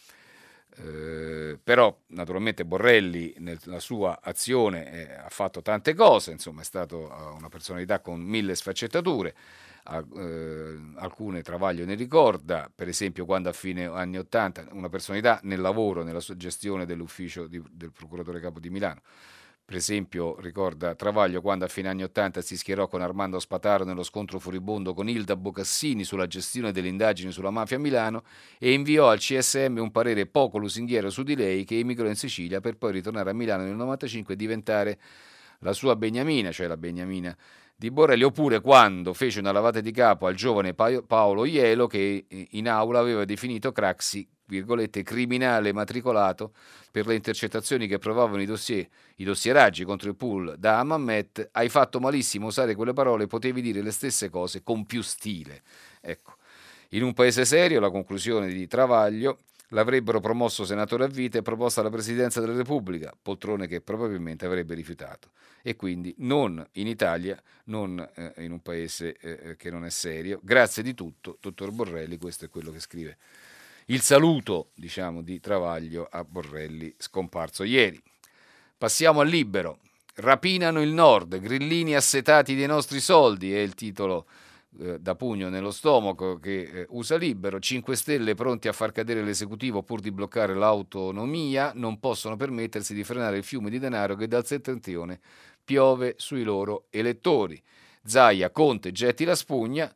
Eh, però naturalmente Borrelli nella sua azione eh, ha fatto tante cose, insomma è stato uh, una personalità con mille sfaccettature, uh, eh, alcune Travaglio ne ricorda, per esempio quando a fine anni ottanta, una personalità nel lavoro, nella sua gestione dell'ufficio di, del procuratore capo di Milano. Per esempio ricorda Travaglio quando a fine anni ottanta si schierò con Armando Spataro nello scontro furibondo con Ilda Bocassini sulla gestione delle indagini sulla mafia a Milano e inviò al C S M un parere poco lusinghiero su di lei, che emigrò in Sicilia per poi ritornare a Milano nel novantacinque e diventare la sua beniamina, cioè la beniamina di Borrelli. Oppure quando fece una lavata di capo al giovane Paolo Ielo, che in aula aveva definito Craxi, virgolette, criminale matricolato per le intercettazioni che provavano i dossier, i dossieraggi contro il pool da Hammamet. Hai fatto malissimo usare quelle parole, potevi dire le stesse cose con più stile. Ecco, in un paese serio, la conclusione di Travaglio, l'avrebbero promosso senatore a vita e proposto alla presidenza della Repubblica, poltrone che probabilmente avrebbe rifiutato. E quindi non in Italia, non eh, in un paese eh, che non è serio. Grazie di tutto, dottor Borrelli, questo è quello che scrive il saluto, diciamo, di Travaglio a Borrelli, scomparso ieri. Passiamo al Libero. Rapinano il Nord, grillini assetati dei nostri soldi, è il titolo eh, da pugno nello stomaco che eh, usa Libero. cinque Stelle pronti a far cadere l'esecutivo pur di bloccare l'autonomia, non possono permettersi di frenare il fiume di denaro che dal settentrione piove sui loro elettori. Zaia, Conte, getti la spugna.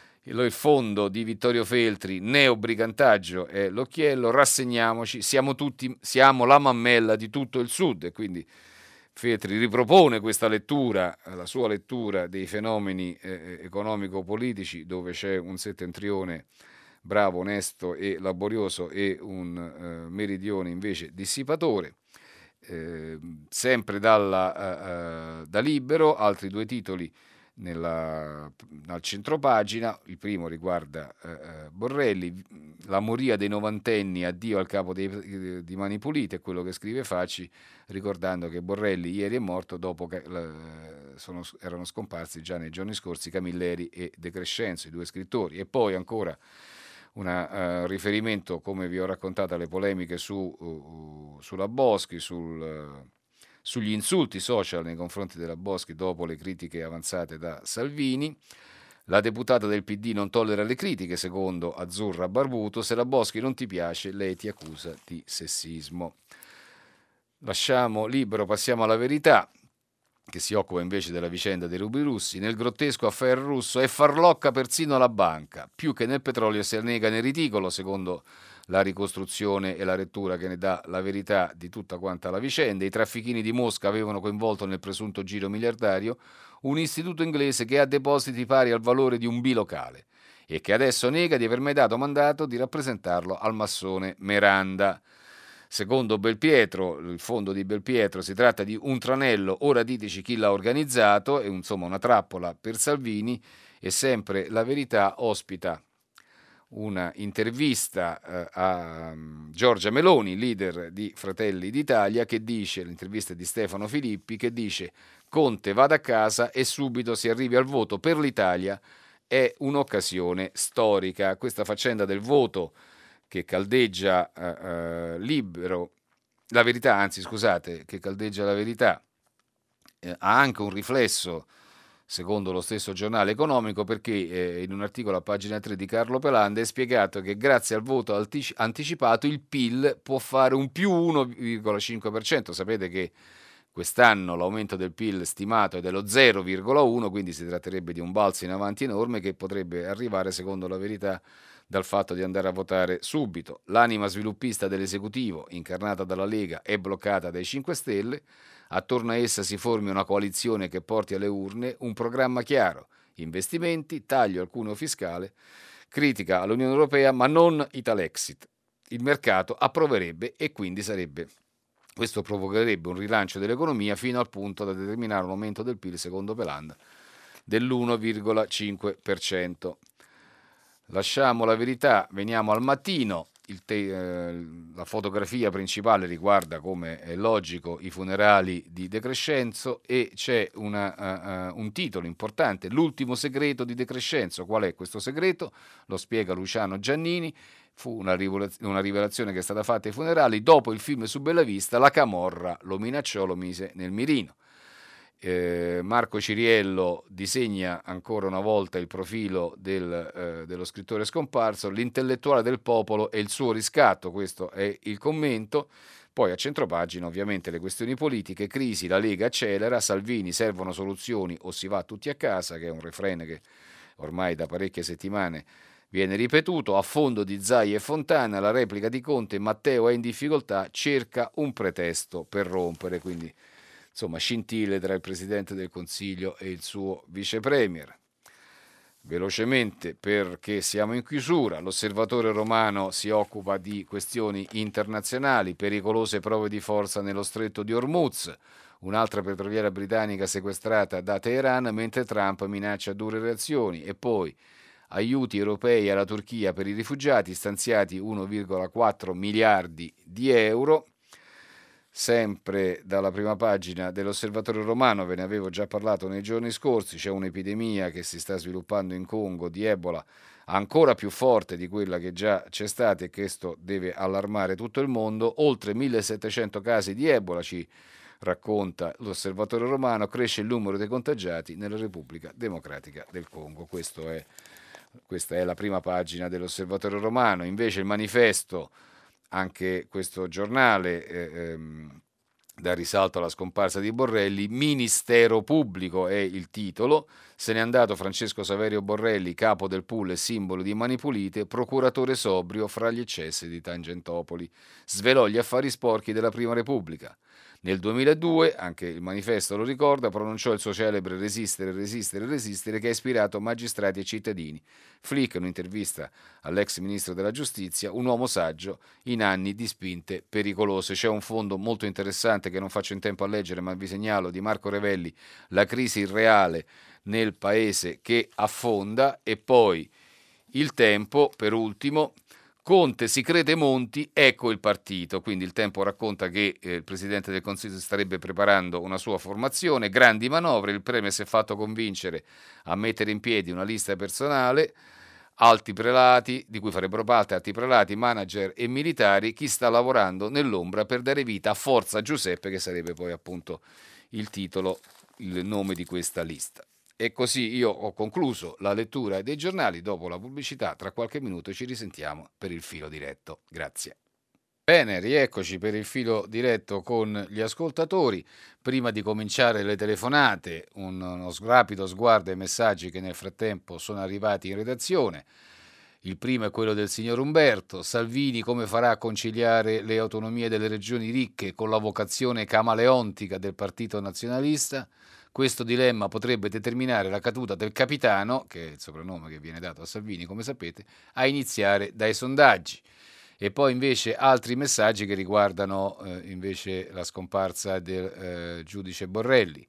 Il fondo di Vittorio Feltri, neobrigantaggio è l'occhiello, rassegniamoci, siamo tutti, siamo la mammella di tutto il Sud. E quindi Feltri ripropone questa lettura, la sua lettura dei fenomeni eh, economico-politici, dove c'è un settentrione bravo, onesto e laborioso e un eh, meridione invece dissipatore. Eh, sempre dalla, uh, uh, da Libero, altri due titoli nella, al centropagina. Il primo riguarda uh, Borrelli, la moria dei novantenni, addio al capo dei, di Mani Pulite, è quello che scrive Facci, ricordando che Borrelli ieri è morto dopo che uh, sono, erano scomparsi già nei giorni scorsi Camilleri e De Crescenzo, i due scrittori. E poi ancora un uh, riferimento, come vi ho raccontato, alle polemiche su, uh, sulla Boschi, sul, uh, sugli insulti social nei confronti della Boschi dopo le critiche avanzate da Salvini. La deputata del P D non tollera le critiche, secondo Azzurra Barbuto. Se la Boschi non ti piace, lei ti accusa di sessismo. Lasciamo Libero, passiamo alla Verità. che si occupa invece della vicenda dei rubli russi. Nel grottesco affare russo è farlocca persino la banca, più che nel petrolio si annega nel ridicolo, secondo la ricostruzione e la lettura che ne dà La Verità di tutta quanta la vicenda. I traffichini di Mosca avevano coinvolto nel presunto giro miliardario un istituto inglese che ha depositi pari al valore di un bilocale e che adesso nega di aver mai dato mandato di rappresentarlo al massone Meranda. Secondo Belpietro, il fondo di Belpietro, si tratta di un tranello, ora diteci chi l'ha organizzato, è insomma una trappola per Salvini, e sempre La Verità ospita una intervista eh, a um, Giorgia Meloni, leader di Fratelli d'Italia, che dice, l'intervista è di Stefano Filippi, che dice: Conte vada a casa e subito si arrivi al voto per l'Italia, è un'occasione storica. Questa faccenda del voto che caldeggia eh, eh, libero, la verità, anzi scusate, che caldeggia la verità, eh, ha anche un riflesso, secondo lo stesso giornale economico, perché eh, in un articolo a pagina tre di Carlo Pelanda è spiegato che grazie al voto altic- anticipato il P I L può fare un più uno virgola cinque per cento. Sapete che quest'anno l'aumento del P I L stimato è dello zero virgola uno, quindi si tratterebbe di un balzo in avanti enorme che potrebbe arrivare, secondo la verità, dal fatto di andare a votare subito. L'anima sviluppista dell'esecutivo, incarnata dalla Lega, è bloccata dai cinque Stelle. Attorno a essa si formi una coalizione che porti alle urne un programma chiaro: investimenti, taglio al cuneo fiscale, critica all'Unione Europea, ma non Italexit. Il mercato approverebbe e quindi sarebbe questo provocherebbe un rilancio dell'economia fino al punto da determinare un aumento del P I L, secondo Pelanda, dell'uno virgola cinque per cento. Lasciamo La Verità, veniamo al Mattino. Il te- eh, la fotografia principale riguarda, come è logico, i funerali di De Crescenzo e c'è una, uh, uh, un titolo importante: L'ultimo segreto di De Crescenzo. Qual è questo segreto? Lo spiega Luciano Giannini. Fu una, rivolaz- una rivelazione che è stata fatta ai funerali. Dopo il film su Bellavista, la camorra lo minacciò, lo mise nel mirino. Eh, Marco Ciriello disegna ancora una volta il profilo del, eh, dello scrittore scomparso, l'intellettuale del popolo e il suo riscatto, questo è il commento. Poi a centropagina ovviamente le questioni politiche: crisi, la Lega accelera, Salvini, servono soluzioni o si va tutti a casa, che è un refrain che ormai da parecchie settimane viene ripetuto. A fondo di Zai e Fontana, la replica di Conte: Matteo è in difficoltà, cerca un pretesto per rompere. Quindi insomma scintille tra il Presidente del Consiglio e il suo Vice Premier. Velocemente, perché siamo in chiusura, l'Osservatore Romano si occupa di questioni internazionali: pericolose prove di forza nello stretto di Hormuz, un'altra petroliera britannica sequestrata da Teheran, mentre Trump minaccia dure reazioni. E poi aiuti europei alla Turchia per i rifugiati, stanziati uno virgola quattro miliardi di euro. Sempre dalla prima pagina dell'Osservatore Romano, ve ne avevo già parlato nei giorni scorsi, c'è un'epidemia che si sta sviluppando in Congo di Ebola ancora più forte di quella che già c'è stata, e questo deve allarmare tutto il mondo. Oltre millesettecento casi di Ebola, ci racconta l'Osservatore Romano, cresce il numero dei contagiati nella Repubblica Democratica del Congo. Questo è, questa è la prima pagina dell'Osservatore Romano. Invece il Manifesto, anche questo giornale, eh, ehm, dà risalto alla scomparsa di Borrelli. Ministero pubblico è il titolo. Se n'è andato Francesco Saverio Borrelli, capo del pool e simbolo di Mani Pulite, procuratore sobrio fra gli eccessi di Tangentopoli. Svelò gli affari sporchi della Prima Repubblica. Nel duemiladue, anche il Manifesto lo ricorda, pronunciò il suo celebre Resistere, resistere, resistere, che ha ispirato magistrati e cittadini. Flick, un'intervista all'ex ministro della giustizia: un uomo saggio in anni di spinte pericolose. C'è un fondo molto interessante che non faccio in tempo a leggere, ma vi segnalo, di Marco Revelli, La crisi irreale nel paese che affonda. E poi Il Tempo, per ultimo: Conte si crede Monti, ecco il partito. Quindi Il Tempo racconta che eh, il Presidente del Consiglio starebbe preparando una sua formazione, grandi manovre, il Premier si è fatto convincere a mettere in piedi una lista personale, alti prelati, di cui farebbero parte alti prelati, manager e militari. Chi sta lavorando nell'ombra per dare vita a Forza Giuseppe, che sarebbe poi appunto il titolo, il nome di questa lista. E così io ho concluso la lettura dei giornali. Dopo la pubblicità, tra qualche minuto ci risentiamo per il filo diretto. Grazie. Bene, rieccoci per il filo diretto con gli ascoltatori. Prima di cominciare le telefonate, un, uno rapido sguardo ai messaggi che nel frattempo sono arrivati in redazione. Il primo è quello del signor Umberto. Salvini come farà a conciliare le autonomie delle regioni ricche con la vocazione camaleontica del partito nazionalista? Questo dilemma potrebbe determinare la caduta del capitano, che è il soprannome che viene dato a Salvini, come sapete, a iniziare dai sondaggi. E poi invece altri messaggi che riguardano eh, invece la scomparsa del eh, giudice Borrelli.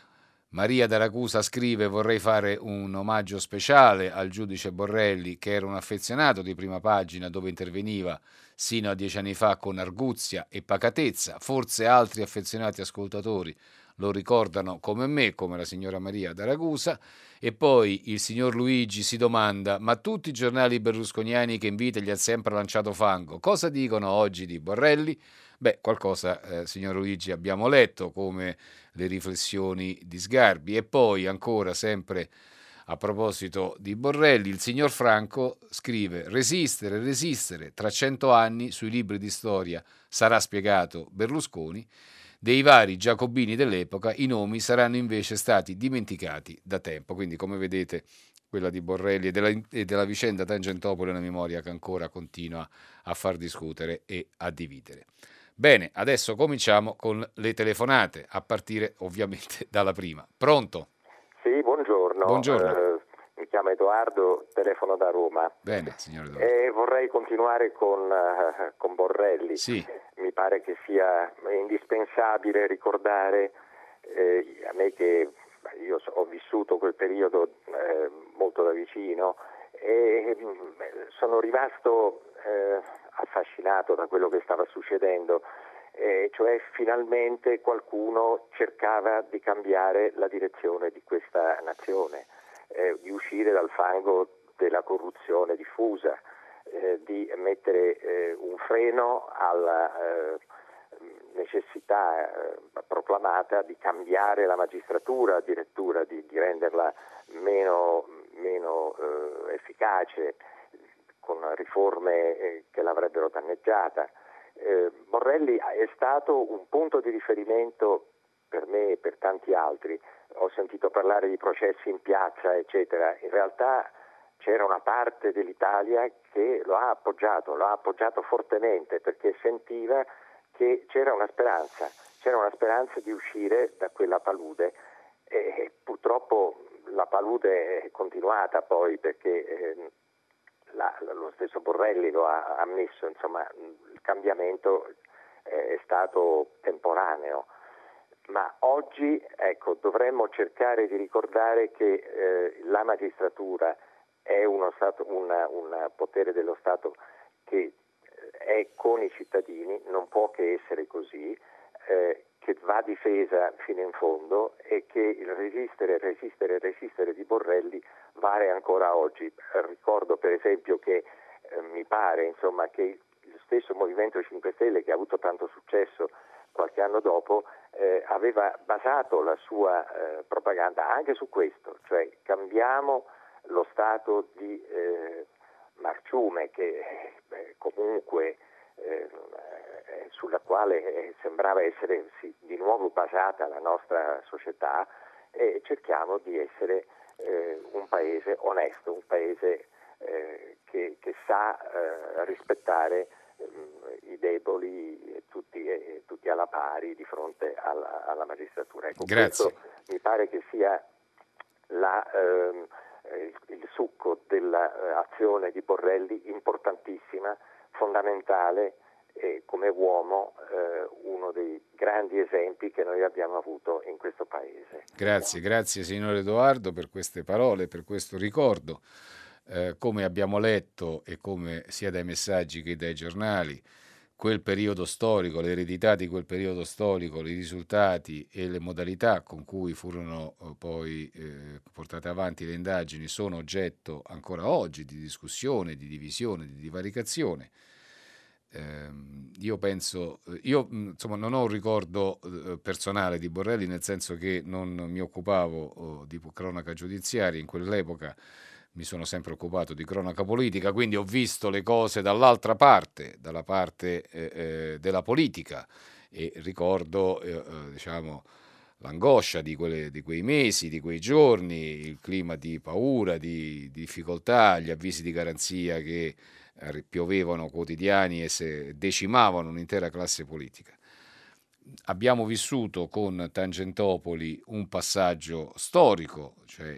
Maria da Ragusa scrive: vorrei fare un omaggio speciale al giudice Borrelli, che era un affezionato di Prima Pagina, dove interveniva sino a dieci anni fa con arguzia e pacatezza. Forse altri affezionati ascoltatori lo ricordano come me, come la signora Maria da Ragusa. E poi il signor Luigi si domanda: ma tutti i giornali berlusconiani che in vita gli ha sempre lanciato fango, cosa dicono oggi di Borrelli? Beh, qualcosa, eh, signor Luigi, abbiamo letto, come le riflessioni di Sgarbi. E poi ancora, sempre a proposito di Borrelli, il signor Franco scrive: resistere, resistere, tra cento anni sui libri di storia sarà spiegato Berlusconi. Dei vari giacobini dell'epoca i nomi saranno invece stati dimenticati da tempo. Quindi, come vedete, quella di Borrelli e della, e della vicenda Tangentopoli è una memoria che ancora continua a far discutere e a dividere. Bene, adesso cominciamo con le telefonate, a partire ovviamente dalla prima. Pronto? Sì, buongiorno. Buongiorno. Eh, mi chiamo Edoardo, telefono da Roma. Bene, signore Edoardo. E vorrei continuare con, uh, con Borrelli. Sì. Mi pare che sia indispensabile ricordare, eh, a me che io ho vissuto quel periodo eh, molto da vicino e sono rimasto eh, affascinato da quello che stava succedendo. Eh, cioè finalmente qualcuno cercava di cambiare la direzione di questa nazione, eh, di uscire dal fango della corruzione diffusa, eh, di mettere eh, un freno alla eh, necessità eh, proclamata di cambiare la magistratura, addirittura di, di renderla meno, meno eh, efficace, con riforme eh, che l'avrebbero danneggiata. Eh, Borrelli è stato un punto di riferimento per me e per tanti altri. Ho sentito parlare di processi in piazza, eccetera. In realtà c'era una parte dell'Italia che lo ha appoggiato, lo ha appoggiato fortemente, perché sentiva che c'era una speranza, c'era una speranza di uscire da quella palude e purtroppo la palude è continuata poi, perché eh, La, lo stesso Borrelli lo ha ammesso, insomma, il cambiamento è stato temporaneo, ma oggi ecco, dovremmo cercare di ricordare che eh, la magistratura è uno stato, una, un potere dello Stato che è con i cittadini, non può che essere così, eh, che va difesa fino in fondo e che il resistere, resistere, resistere di Borrelli vale ancora oggi. Ricordo per esempio che eh, mi pare insomma che lo stesso Movimento cinque Stelle, che ha avuto tanto successo qualche anno dopo, eh, aveva basato la sua eh, propaganda anche su questo, cioè cambiamo lo stato di eh, marciume che eh, comunque eh, sulla quale eh, sembrava essere sì, di nuovo basata la nostra società, e cerchiamo di essere eh, un paese onesto, un paese eh, che, che sa eh, rispettare eh, i deboli e tutti, eh, tutti alla pari di fronte alla, alla magistratura. Ecco, Grazie. questo mi pare che sia la, ehm, il, il succo dell'azione di Borrelli, importantissima, fondamentale, e come uomo eh, uno dei grandi esempi che noi abbiamo avuto in questo paese. Grazie, grazie signor Edoardo per queste parole, per questo ricordo. Eh, come abbiamo letto e come sia dai messaggi che dai giornali, quel periodo storico, l'eredità di quel periodo storico, i risultati e le modalità con cui furono eh, poi eh, portate avanti le indagini sono oggetto ancora oggi di discussione, di divisione, di divaricazione. Io penso, io insomma non ho un ricordo personale di Borrelli, nel senso che non mi occupavo di cronaca giudiziaria in quell'epoca, mi sono sempre occupato di cronaca politica, quindi ho visto le cose dall'altra parte, dalla parte eh, eh, della politica, e ricordo eh, eh, diciamo, l'angoscia di, quelle, di quei mesi, di quei giorni, il clima di paura, di, di difficoltà, gli avvisi di garanzia che eh, piovevano quotidiani e se decimavano un'intera classe politica. Abbiamo vissuto con Tangentopoli un passaggio storico, cioè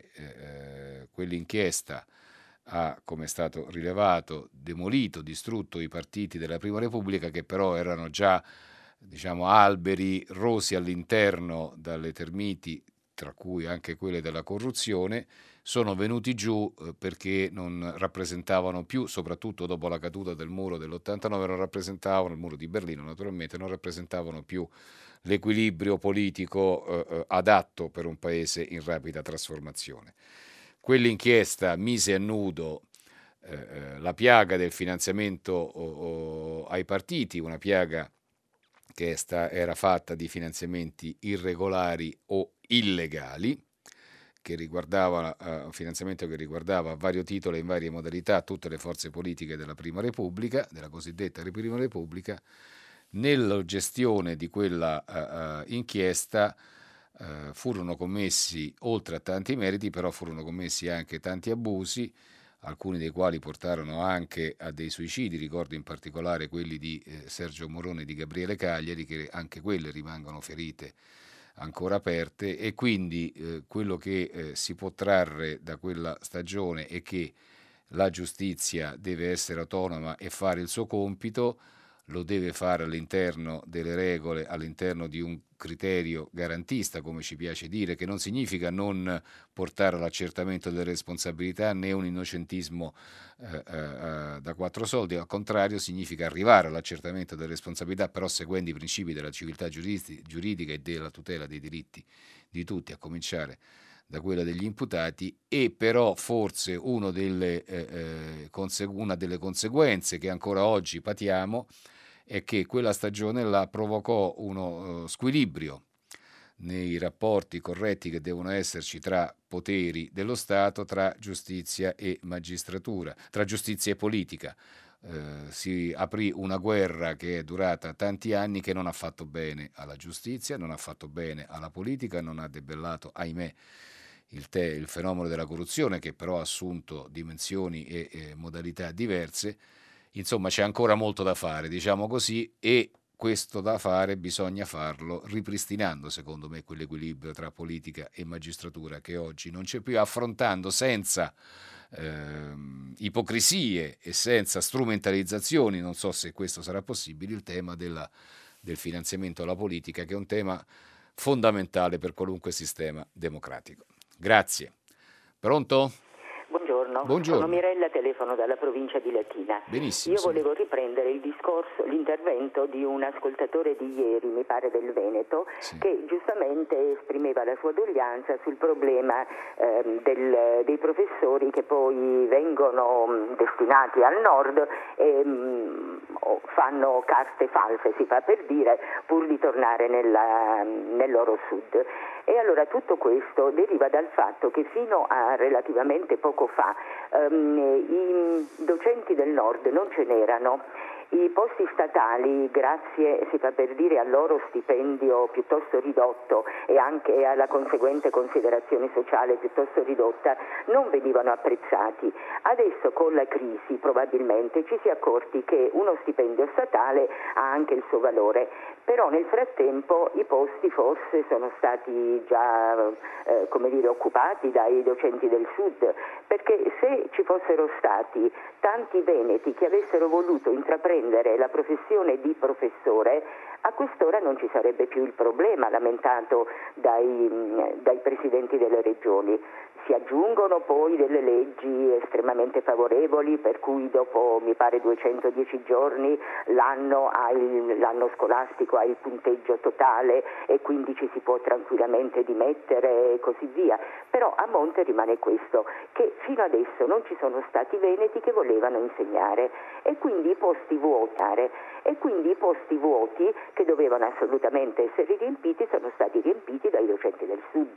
eh, quell'inchiesta ha, come è stato rilevato, demolito, distrutto i partiti della Prima Repubblica, che però erano già, diciamo, alberi rosi all'interno dalle termiti, tra cui anche quelle della corruzione, sono venuti giù eh, perché non rappresentavano più, soprattutto dopo la caduta del muro dell'ottantanove, non rappresentavano, il muro di Berlino naturalmente, non rappresentavano più l'equilibrio politico eh, adatto per un paese in rapida trasformazione. Quell'inchiesta mise a nudo eh, la piaga del finanziamento oh, oh, ai partiti, una piaga che sta, era fatta di finanziamenti irregolari o illegali, che riguardava uh, un finanziamento che riguardava a vario titolo e in varie modalità tutte le forze politiche della Prima Repubblica, della cosiddetta Prima Repubblica. Nella gestione di quella uh, uh, inchiesta uh, furono commessi, oltre a tanti meriti, però furono commessi anche tanti abusi, alcuni dei quali portarono anche a dei suicidi, ricordo in particolare quelli di eh, Sergio Morone e di Gabriele Cagliari, che anche quelle rimangono ferite ancora aperte, e quindi eh, quello che eh, si può trarre da quella stagione è che la giustizia deve essere autonoma e fare il suo compito, lo deve fare all'interno delle regole, all'interno di un criterio garantista, come ci piace dire, che non significa non portare all'accertamento delle responsabilità né un innocentismo eh, eh, da quattro soldi, al contrario significa arrivare all'accertamento delle responsabilità, però seguendo i principi della civiltà giuridica e della tutela dei diritti di tutti, a cominciare da quella degli imputati. E però forse uno delle, eh, consegu- una delle conseguenze che ancora oggi patiamo è che quella stagione la provocò uno uh, squilibrio nei rapporti corretti che devono esserci tra poteri dello Stato, tra giustizia e magistratura, tra giustizia e politica. Eh, si aprì una guerra che è durata tanti anni, che non ha fatto bene alla giustizia, non ha fatto bene alla politica, non ha debellato, ahimè, il, te, il fenomeno della corruzione, che però ha assunto dimensioni e, e modalità diverse. Insomma, c'è ancora molto da fare, diciamo così, e questo da fare bisogna farlo ripristinando, secondo me, quell'equilibrio tra politica e magistratura che oggi non c'è più, affrontando senza ehm, ipocrisie e senza strumentalizzazioni, non so se questo sarà possibile, il tema della, del finanziamento alla politica, che è un tema fondamentale per qualunque sistema democratico. Grazie. Pronto? Buongiorno, Buongiorno. Sono Mirella, telefono dalla provincia di Latina. Benissimo. Io volevo riprendere il discorso, l'intervento di un ascoltatore di ieri, mi pare del Veneto, sì, che giustamente esprimeva la sua doglianza sul problema ehm, del, dei professori che poi vengono mh, destinati al nord e mh, fanno caste false, si fa per dire, pur di tornare nella, nel loro sud. E allora tutto questo deriva dal fatto che fino a relativamente poco fa um, i docenti del nord non ce n'erano. I posti statali, grazie, si fa per dire, al loro stipendio piuttosto ridotto e anche alla conseguente considerazione sociale piuttosto ridotta, non venivano apprezzati. Adesso con la crisi probabilmente ci si è accorti che uno stipendio statale ha anche il suo valore, però nel frattempo i posti forse sono stati già eh, come dire, occupati dai docenti del sud, perché se ci fossero stati tanti veneti che avessero voluto intraprendere la professione di professore, a quest'ora non ci sarebbe più il problema lamentato dai, dai presidenti delle regioni. Si aggiungono poi delle leggi estremamente favorevoli, per cui dopo, mi pare, duecentodieci giorni l'anno, ha il, l'anno scolastico ha il punteggio totale e quindi ci si può tranquillamente dimettere e così via. Però a monte rimane questo, che fino adesso non ci sono stati veneti che volevano insegnare e quindi i posti vuoti e quindi i posti vuoti che dovevano assolutamente essere riempiti sono stati riempiti dai docenti del sud.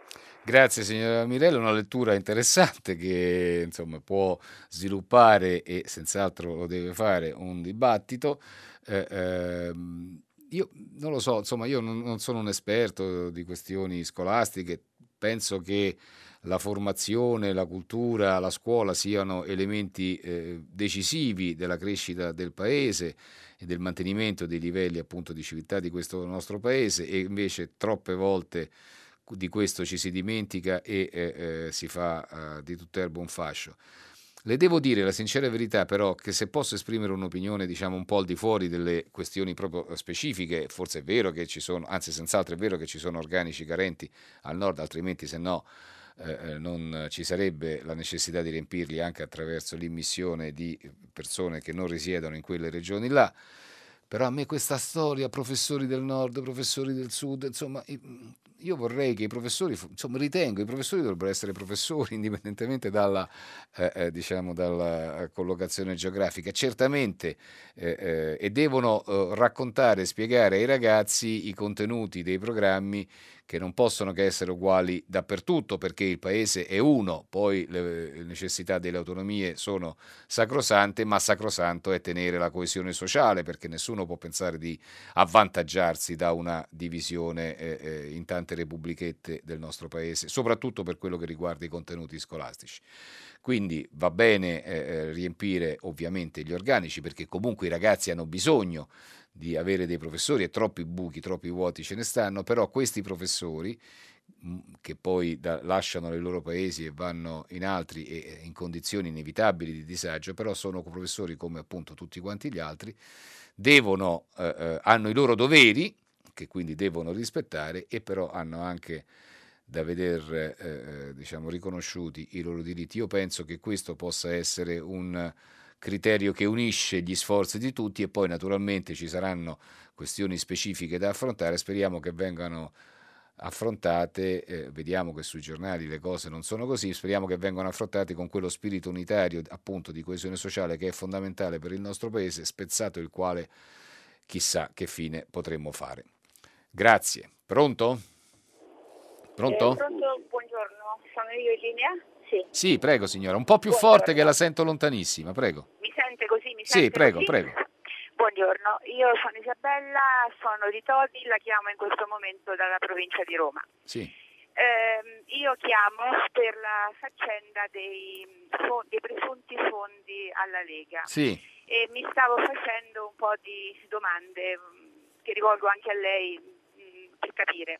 Grazie signora Mirella, una lettura interessante che insomma può sviluppare e senz'altro lo deve fare un dibattito. Eh, ehm, io non lo so, insomma io non, non sono un esperto di questioni scolastiche, penso che la formazione, la cultura, la scuola siano elementi eh, decisivi della crescita del paese e del mantenimento dei livelli appunto di civiltà di questo nostro paese, e invece troppe volte di questo ci si dimentica e eh, eh, si fa eh, di tutt'erba un fascio. Le devo dire la sincera verità però che se posso esprimere un'opinione diciamo un po' al di fuori delle questioni proprio specifiche, forse è vero che ci sono, anzi senz'altro è vero che ci sono organici carenti al nord, altrimenti se no eh, non ci sarebbe la necessità di riempirli anche attraverso l'immissione di persone che non risiedono in quelle regioni là. Però a me questa storia, professori del nord, professori del sud, insomma, io vorrei che i professori, insomma, ritengo i professori dovrebbero essere professori indipendentemente dalla, eh, eh, diciamo, dalla collocazione geografica, certamente, eh, eh, e devono eh, raccontare e spiegare ai ragazzi i contenuti dei programmi che non possono che essere uguali dappertutto perché il paese è uno, poi le necessità delle autonomie sono sacrosante, ma sacrosanto è tenere la coesione sociale perché nessuno può pensare di avvantaggiarsi da una divisione eh, eh, in tante repubblichette del nostro paese, soprattutto per quello che riguarda i contenuti scolastici. Quindi va bene eh, riempire ovviamente gli organici perché comunque i ragazzi hanno bisogno di avere dei professori e troppi buchi, troppi vuoti ce ne stanno, però questi professori che poi da, lasciano i loro paesi e vanno in altri e in condizioni inevitabili di disagio, però sono professori come appunto tutti quanti gli altri, devono, eh, eh, hanno i loro doveri, che quindi devono rispettare, e però hanno anche da veder eh, diciamo, riconosciuti i loro diritti. Io penso che questo possa essere un criterio che unisce gli sforzi di tutti e poi naturalmente ci saranno questioni specifiche da affrontare, speriamo che vengano affrontate, eh, vediamo che sui giornali le cose non sono così, speriamo che vengano affrontate con quello spirito unitario appunto di coesione sociale che è fondamentale per il nostro paese, spezzato il quale chissà che fine potremmo fare. Grazie. Pronto? Pronto? Eh, pronto, buongiorno, sono io in linea? Sì. Sì, prego signora, un po' più Buongiorno. forte che la sento lontanissima, prego. Mi sente così? Mi Sì, sente prego, così? prego. Buongiorno, io sono Isabella, sono di Todi, la chiamo in questo momento dalla provincia di Roma. Sì. Eh, io chiamo per la faccenda dei, dei presunti fondi alla Lega. Sì. E mi stavo facendo un po' di domande che rivolgo anche a lei mh, per capire.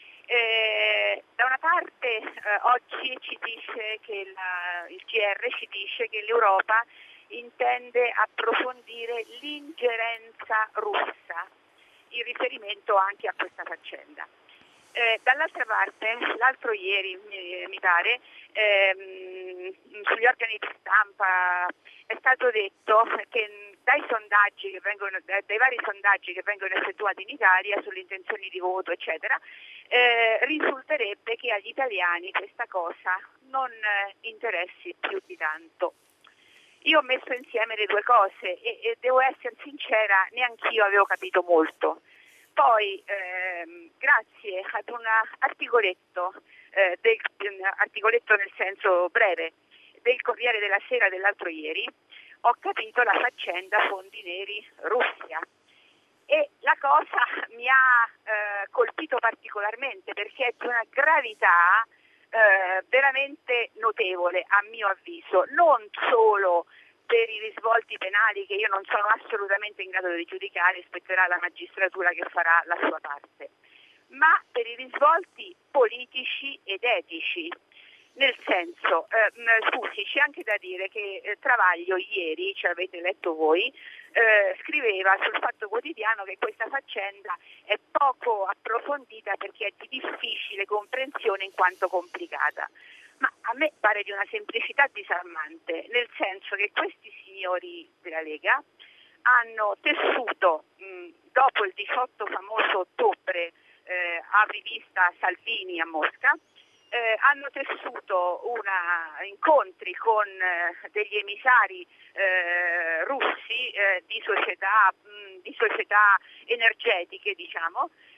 Eh, da una parte eh, oggi ci dice che la, il G R ci dice che l'Europa intende approfondire l'ingerenza russa in riferimento anche a questa faccenda. Eh, dall'altra parte, l'altro ieri mi, mi pare, ehm, sugli organi di stampa è stato detto che dai sondaggi che vengono, dai vari sondaggi che vengono effettuati in Italia sulle intenzioni di voto, eccetera, eh, risulterebbe che agli italiani questa cosa non eh, interessi più di tanto. Io ho messo insieme le due cose e, e devo essere sincera, neanch'io avevo capito molto. Poi, ehm, grazie ad un articoletto, eh, del, articoletto nel senso breve, del Corriere della Sera dell'altro ieri, ho capito la faccenda fondi neri Russia. E la cosa mi ha eh, colpito particolarmente perché è di una gravità eh, veramente notevole a mio avviso, non solo per i risvolti penali che io non sono assolutamente in grado di giudicare, spetterà alla magistratura che farà la sua parte, ma per i risvolti politici ed etici. Nel senso, eh, scusi, c'è anche da dire che eh, Travaglio ieri, ci avete letto voi, eh, scriveva sul Fatto Quotidiano che questa faccenda è poco approfondita perché è di difficile comprensione in quanto complicata. Ma a me pare di una semplicità disarmante, nel senso che questi signori della Lega hanno tessuto, mh, dopo il diciotto famoso ottobre eh, a rivista Salvini a Mosca, Eh, hanno tessuto una, incontri con eh, degli emissari eh, russi eh, di società mh, di società energetiche, diciamo,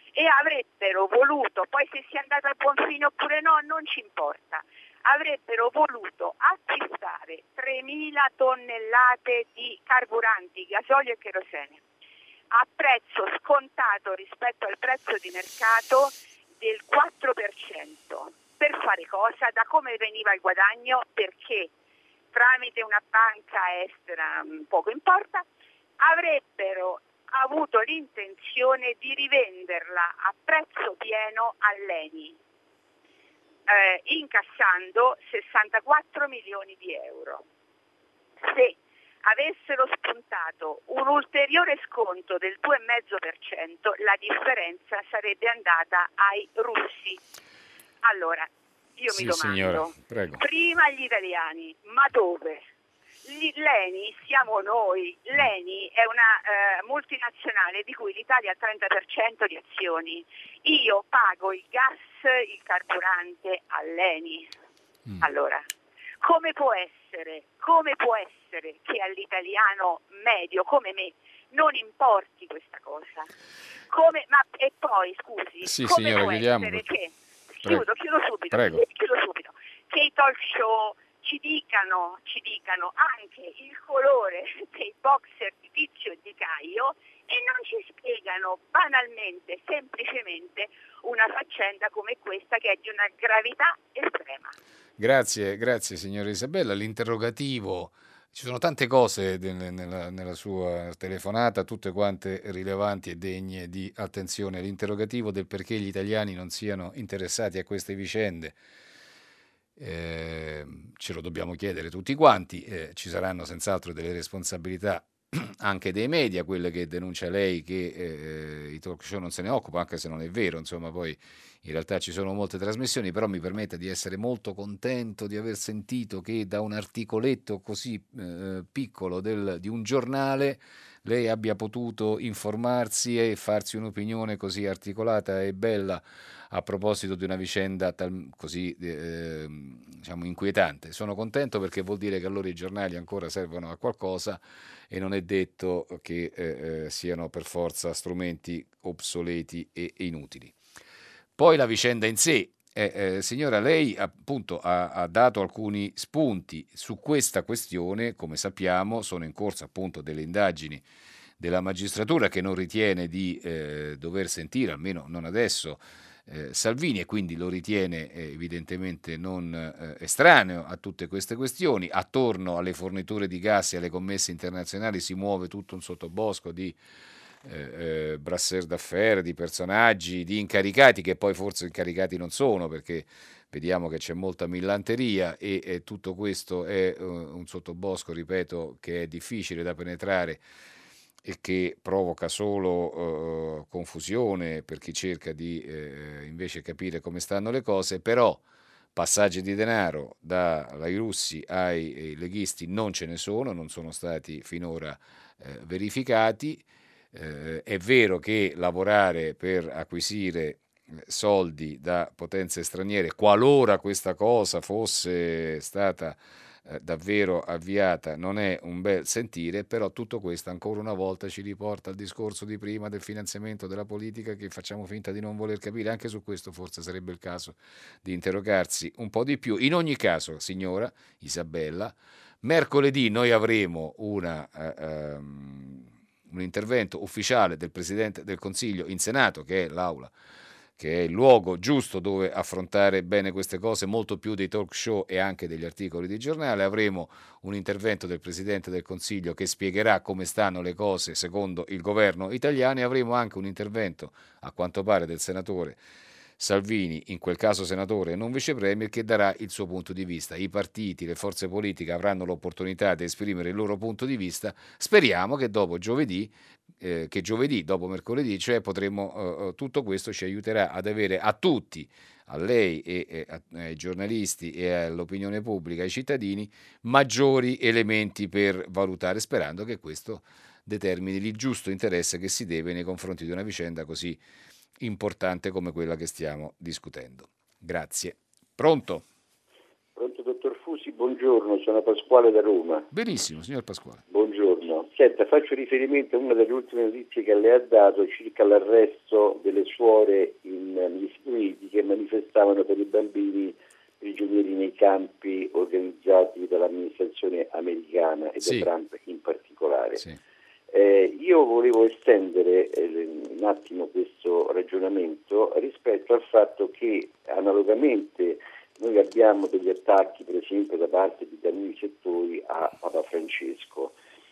e avrebbero voluto, poi se sia andata a buon fine oppure no non ci importa, avrebbero voluto acquistare tremila tonnellate di carburanti, gasolio e kerosene a prezzo scontato rispetto al prezzo di mercato del quattro per cento. Per fare cosa? Da come veniva il guadagno? Perché tramite una banca estera, poco importa, avrebbero avuto l'intenzione di rivenderla a prezzo pieno all'Eni, eh, incassando sessantaquattro milioni di euro. Se avessero spuntato un ulteriore sconto del due virgola cinque per cento, la differenza sarebbe andata ai russi. Allora, io Sì, mi domando, signora, prego. prima gli italiani, ma dove? L'Eni siamo noi, l'Eni è una eh, multinazionale di cui l'Italia ha il trenta per cento di azioni, io pago il gas, il carburante all'Eni. Mm. Allora, come può essere, come può essere che all'italiano medio come me non importi questa cosa? Come, ma e poi, scusi, sì, come signora, può chiudiamo. essere che, Prego. chiudo, chiudo subito, Prego. chiudo subito, che i talk show ci dicano, ci dicano anche il colore dei boxer di Tizio e di Caio e non ci spiegano banalmente, semplicemente una faccenda come questa che è di una gravità estrema. Grazie, grazie signora Isabella. L'interrogativo, ci sono tante cose nella, nella sua telefonata, tutte quante rilevanti e degne di attenzione. L'interrogativo del perché gli italiani non siano interessati a queste vicende. Eh, ce lo dobbiamo chiedere tutti quanti, eh, ci saranno senz'altro delle responsabilità anche dei media, quelle che denuncia lei che eh, i talk show non se ne occupano, anche se non è vero, insomma poi in realtà ci sono molte trasmissioni, però mi permette di essere molto contento di aver sentito che da un articoletto così eh, piccolo del, di un giornale lei abbia potuto informarsi e farsi un'opinione così articolata e bella a proposito di una vicenda tal, così eh, diciamo inquietante. Sono contento perché vuol dire che allora i giornali ancora servono a qualcosa e non è detto che eh, siano per forza strumenti obsoleti e inutili. Poi la vicenda in sé. Eh, eh, signora, lei appunto ha, ha dato alcuni spunti su questa questione, come sappiamo sono in corso appunto delle indagini della magistratura che non ritiene di eh, dover sentire, almeno non adesso, eh, Salvini e quindi lo ritiene eh, evidentemente non eh, estraneo a tutte queste questioni. Attorno alle forniture di gas e alle commesse internazionali si muove tutto un sottobosco di Eh, eh, brasser d'affaires, di personaggi, di incaricati che poi forse incaricati non sono perché vediamo che c'è molta millanteria e, e tutto questo è uh, un sottobosco, ripeto, che è difficile da penetrare e che provoca solo uh, confusione per chi cerca di uh, invece capire come stanno le cose, però passaggi di denaro dai russi ai leghisti non ce ne sono, non sono stati finora uh, verificati. Eh, è vero che lavorare per acquisire soldi da potenze straniere, qualora questa cosa fosse stata eh, davvero avviata, non è un bel sentire, però tutto questo ancora una volta ci riporta al discorso di prima del finanziamento della politica che facciamo finta di non voler capire. Anche su questo forse sarebbe il caso di interrogarsi un po' di più. In ogni caso, signora Isabella, mercoledì noi avremo una... Uh, um, un intervento ufficiale del Presidente del Consiglio in Senato, che è l'aula, che è il luogo giusto dove affrontare bene queste cose, molto più dei talk show e anche degli articoli di giornale. Avremo un intervento del Presidente del Consiglio che spiegherà come stanno le cose secondo il governo italiano e avremo anche un intervento, a quanto pare, del senatore Salvini, in quel caso senatore e non vice premier, che darà il suo punto di vista. I partiti, le forze politiche avranno l'opportunità di esprimere il loro punto di vista. Speriamo che dopo giovedì, eh, che giovedì dopo mercoledì, cioè potremo, eh, tutto questo ci aiuterà ad avere a tutti, a lei e, e a, ai giornalisti e all'opinione pubblica, ai cittadini, maggiori elementi per valutare, sperando che questo determini il giusto interesse che si deve nei confronti di una vicenda così importante come quella che stiamo discutendo. Grazie. Pronto? Pronto, dottor Fusi, buongiorno, sono Pasquale da Roma. Benissimo, signor Pasquale. Buongiorno. Senta, faccio riferimento a una delle ultime notizie che lei ha dato circa l'arresto delle suore in, negli Stati Uniti che manifestavano per i bambini prigionieri nei campi organizzati dall'amministrazione americana e Sì. da Trump in particolare. Sì. Eh, io volevo estendere eh, un attimo questo ragionamento rispetto al fatto che analogamente noi abbiamo degli attacchi, per esempio, da parte di taluni settori a Papa Francesco.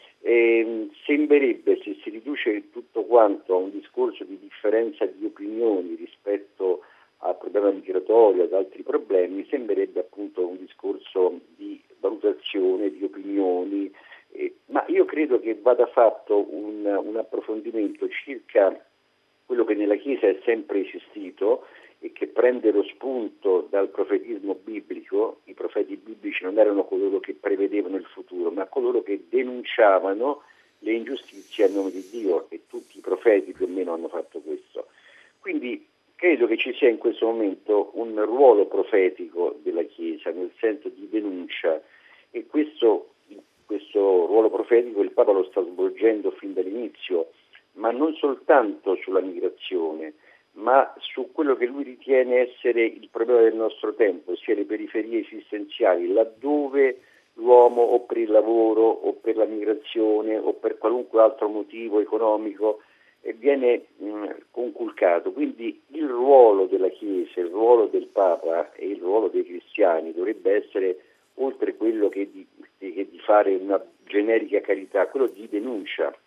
Eh, sembrerebbe, se si riduce tutto quanto a un discorso di differenza di opinioni rispetto al problema migratorio, ad altri problemi, sembrerebbe appunto un discorso di valutazione, di opinioni, eh, ma io credo che vada fatto un, un approfondimento circa quello che nella Chiesa è sempre esistito e che prende lo spunto dal profetismo biblico. I profeti biblici non erano coloro che prevedevano il futuro, ma coloro che denunciavano le ingiustizie a nome di Dio, e tutti i profeti più o meno hanno fatto questo. Quindi credo che ci sia in questo momento un ruolo profetico della Chiesa, nel senso di denuncia, e questo, questo ruolo profetico il Papa lo sta svolgendo fin dall'inizio, ma non soltanto sulla migrazione, ma su quello che lui ritiene essere il problema del nostro tempo, ossia le periferie esistenziali, laddove l'uomo o per il lavoro o per la migrazione o per qualunque altro motivo economico eh, viene mh, conculcato. Quindi il ruolo della Chiesa, il ruolo del Papa e il ruolo dei cristiani dovrebbe essere, oltre quello che di, che di fare una generica carità, quello di denuncia.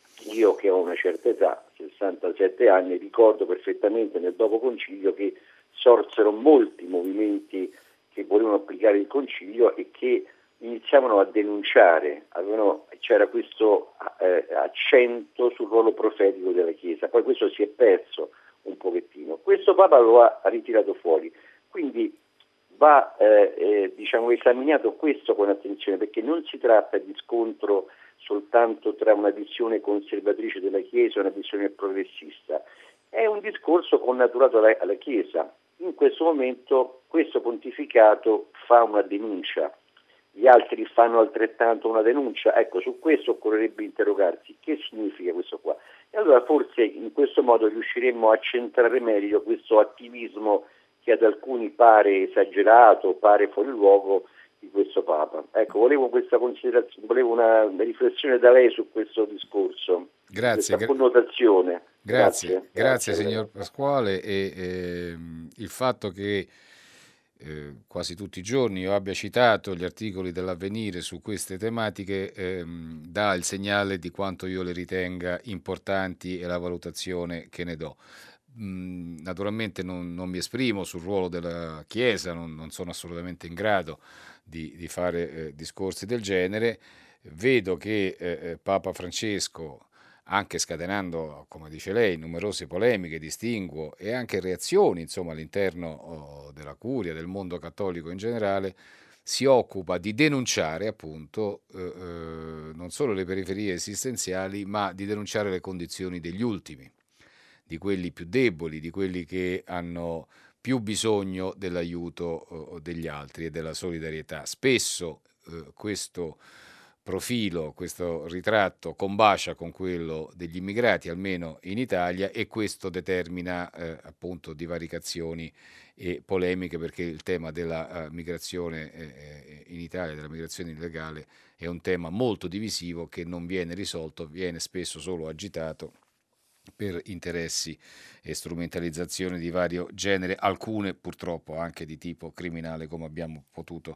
Io che ho una certa età, sessantasette anni, ricordo perfettamente nel dopo concilio che sorsero molti movimenti che volevano applicare il concilio e che iniziavano a denunciare, avevano, c'era questo eh, accento sul ruolo profetico della Chiesa, poi questo si è perso un pochettino. Questo Papa lo ha ritirato fuori, quindi va eh, eh, diciamo esaminato questo con attenzione, perché non si tratta di scontro soltanto tra una visione conservatrice della Chiesa e una visione progressista, è un discorso connaturato alla, alla Chiesa. In questo momento questo pontificato fa una denuncia, gli altri fanno altrettanto una denuncia. Ecco, su questo occorrerebbe interrogarsi, che significa questo qua? E allora forse in questo modo riusciremmo a centrare meglio questo attivismo che ad alcuni pare esagerato, pare fuori luogo, di questo Papa. Ecco, volevo questa considerazione, volevo una, una riflessione da lei su questo discorso, Grazie, questa connotazione. Grazie, grazie, grazie, grazie signor Pasquale, e eh, il fatto che eh, quasi tutti i giorni io abbia citato gli articoli dell'Avvenire su queste tematiche ehm, dà il segnale di quanto io le ritenga importanti e la valutazione che ne do. Mm, naturalmente non, non mi esprimo sul ruolo della Chiesa, non, non sono assolutamente in grado di, di fare eh, discorsi del genere. Vedo che eh, Papa Francesco, anche scatenando, come dice lei, numerose polemiche, distinguo, e anche reazioni, insomma, all'interno oh, della curia, del mondo cattolico in generale, si occupa di denunciare appunto eh, eh, non solo le periferie esistenziali, ma di denunciare le condizioni degli ultimi, di quelli più deboli, di quelli che hanno più bisogno dell'aiuto eh, degli altri e della solidarietà. Spesso eh, questo profilo, questo ritratto combacia con quello degli immigrati, almeno in Italia, e questo determina eh, appunto divaricazioni e polemiche, perché il tema della uh, migrazione eh, in Italia, della migrazione illegale, è un tema molto divisivo che non viene risolto, viene spesso solo agitato per interessi e strumentalizzazioni di vario genere, alcune purtroppo anche di tipo criminale, come abbiamo potuto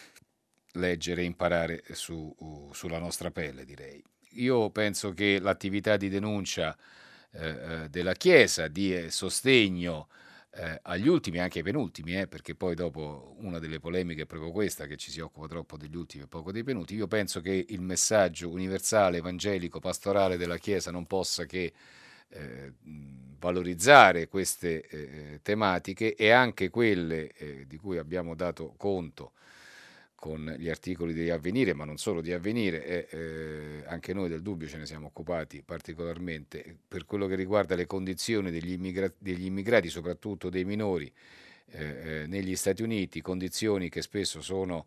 leggere e imparare su, uh, sulla nostra pelle, direi. Io penso che l'attività di denuncia eh, della Chiesa, di eh, sostegno eh, agli ultimi, anche ai penultimi, eh, perché poi dopo una delle polemiche è proprio questa, che ci si occupa troppo degli ultimi e poco dei penultimi. Io penso che il messaggio universale, evangelico, pastorale della Chiesa non possa che eh, valorizzare queste eh, tematiche, e anche quelle eh, di cui abbiamo dato conto con gli articoli di Avvenire, ma non solo di Avvenire, e eh, anche noi del Dubbio ce ne siamo occupati particolarmente per quello che riguarda le condizioni degli, immigra- degli immigrati, soprattutto dei minori, eh, negli Stati Uniti, condizioni che spesso sono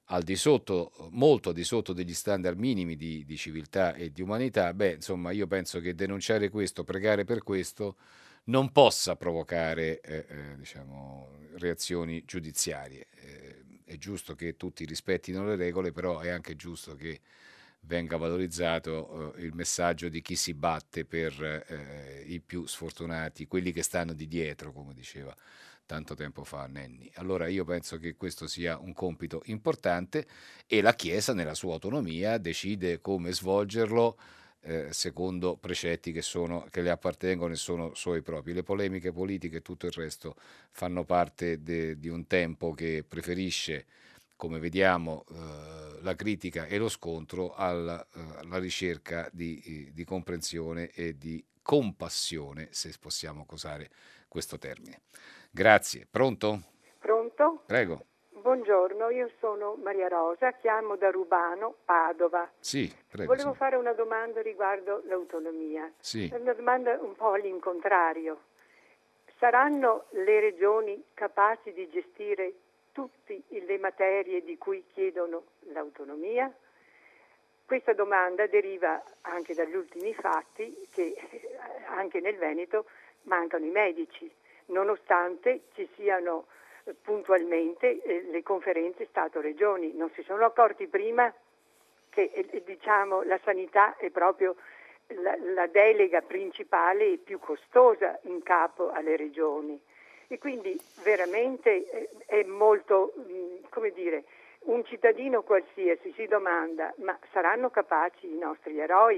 al di sotto, molto al di sotto degli standard minimi di, di civiltà e di umanità, beh, insomma, io penso che denunciare questo, pregare per questo, non possa provocare eh, eh, diciamo, reazioni giudiziarie. Eh, è giusto che tutti rispettino le regole, però è anche giusto che venga valorizzato eh, il messaggio di chi si batte per eh, i più sfortunati, quelli che stanno di dietro, come diceva tanto tempo fa Nenni. Allora io penso che questo sia un compito importante e la Chiesa nella sua autonomia decide come svolgerlo eh, secondo precetti che, sono, che le appartengono e sono suoi propri. Le polemiche politiche e tutto il resto fanno parte de, di un tempo che preferisce, come vediamo, eh, la critica e lo scontro alla, eh, alla ricerca di, di comprensione e di compassione, se possiamo usare questo termine. Grazie. Pronto? Pronto? Prego. Buongiorno, io sono Maria Rosa, chiamo da Rubano, Padova. Sì, prego. Volevo sì. fare una domanda riguardo l'autonomia. Sì. Una domanda un po' all'incontrario. Saranno le regioni capaci di gestire tutte le materie di cui chiedono l'autonomia? Questa domanda deriva anche dagli ultimi fatti che anche nel Veneto mancano i medici, nonostante ci siano puntualmente eh, le conferenze Stato-Regioni. Non si sono accorti prima che eh, diciamo, la sanità è proprio la, la delega principale e più costosa in capo alle regioni. E quindi veramente eh, è molto, mh, come dire, un cittadino qualsiasi si domanda, ma saranno capaci i nostri eroi?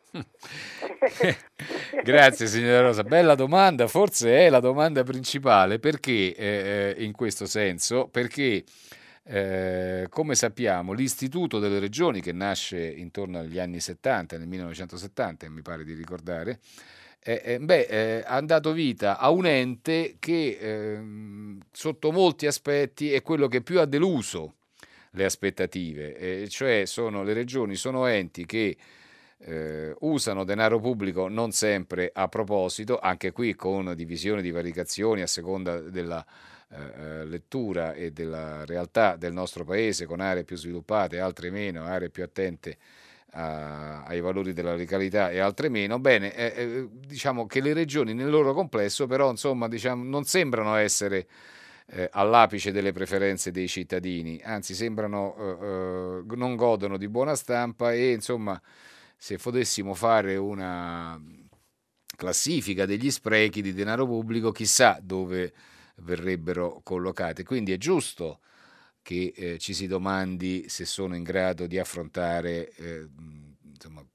Grazie signora Rosa, bella domanda, forse è la domanda principale, perché eh, in questo senso, perché eh, come sappiamo l'Istituto delle Regioni, che nasce intorno agli anni settanta, nel millenovecentosettanta mi pare di ricordare, eh, eh, beh, eh, ha dato vita a un ente che eh, sotto molti aspetti è quello che più ha deluso le aspettative, eh, cioè sono le regioni, sono enti che Eh, usano denaro pubblico non sempre a proposito, anche qui con divisione, divaricazioni a seconda della eh, lettura e della realtà del nostro paese, con aree più sviluppate, altre meno, aree più attente a, ai valori della legalità e altre meno. Bene, eh, eh, diciamo che le regioni nel loro complesso però insomma diciamo, non sembrano essere eh, all'apice delle preferenze dei cittadini, anzi sembrano eh, eh, non godono di buona stampa e insomma se potessimo fare una classifica degli sprechi di denaro pubblico, chissà dove verrebbero collocate. Quindi è giusto che eh, ci si domandi se sono in grado di affrontare eh, insomma,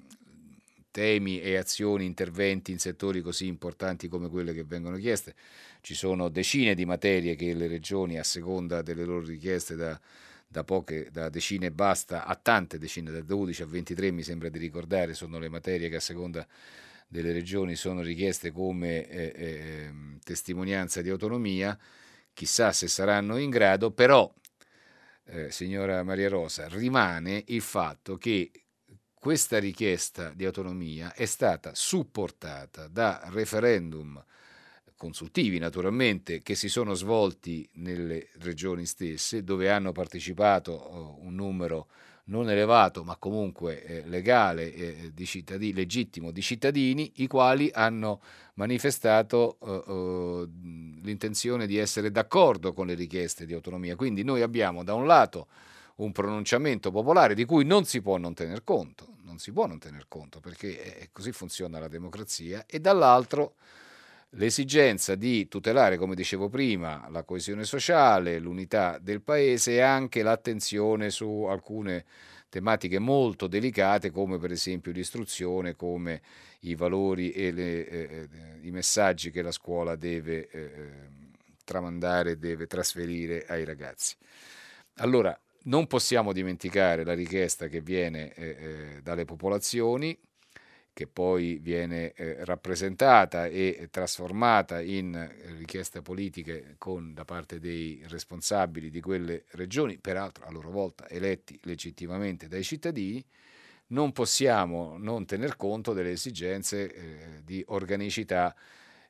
temi e azioni, interventi in settori così importanti come quelle che vengono chieste. Ci sono decine di materie che le regioni, a seconda delle loro richieste, da da poche, da decine e basta a tante decine, da dodici a ventitré mi sembra di ricordare, sono le materie che a seconda delle regioni sono richieste come eh, eh, testimonianza di autonomia. Chissà se saranno in grado, però eh, signora Maria Rosa, rimane il fatto che questa richiesta di autonomia è stata supportata da referendum consultivi naturalmente che si sono svolti nelle regioni stesse, dove hanno partecipato un numero non elevato ma comunque eh, legale eh, di cittadini, legittimo di cittadini, i quali hanno manifestato eh, eh, l'intenzione di essere d'accordo con le richieste di autonomia. Quindi noi abbiamo da un lato un pronunciamento popolare di cui non si può non tener conto, non si può non tener conto perché eh, così funziona la democrazia, e dall'altro l'esigenza di tutelare, come dicevo prima, la coesione sociale, l'unità del paese e anche l'attenzione su alcune tematiche molto delicate come per esempio l'istruzione, come i valori e le, eh, i messaggi che la scuola deve eh, tramandare, deve trasferire ai ragazzi. Allora, non possiamo dimenticare la richiesta che viene eh, eh, dalle popolazioni, che poi viene eh, rappresentata e trasformata in eh, richieste politiche con, da parte dei responsabili di quelle regioni, peraltro a loro volta eletti legittimamente dai cittadini. Non possiamo non tener conto delle esigenze eh, di organicità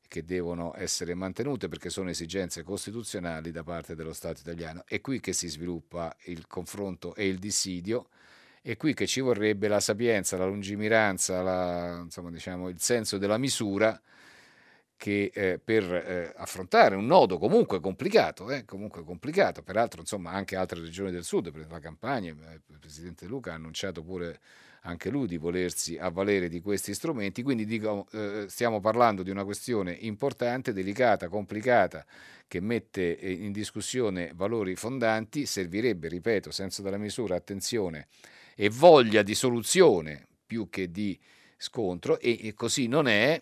che devono essere mantenute perché sono esigenze costituzionali da parte dello Stato italiano. È qui che si sviluppa il confronto e il dissidio, è qui che ci vorrebbe la sapienza, la lungimiranza, la, insomma, diciamo, il senso della misura che eh, per eh, affrontare un nodo comunque complicato, eh, comunque complicato, peraltro insomma anche altre regioni del sud, per la Campania, eh, il Presidente Luca ha annunciato pure anche lui di volersi avvalere di questi strumenti, quindi dico, eh, stiamo parlando di una questione importante, delicata, complicata, che mette in discussione valori fondanti. Servirebbe, ripeto, senso della misura, attenzione e voglia di soluzione più che di scontro, e, e così non è.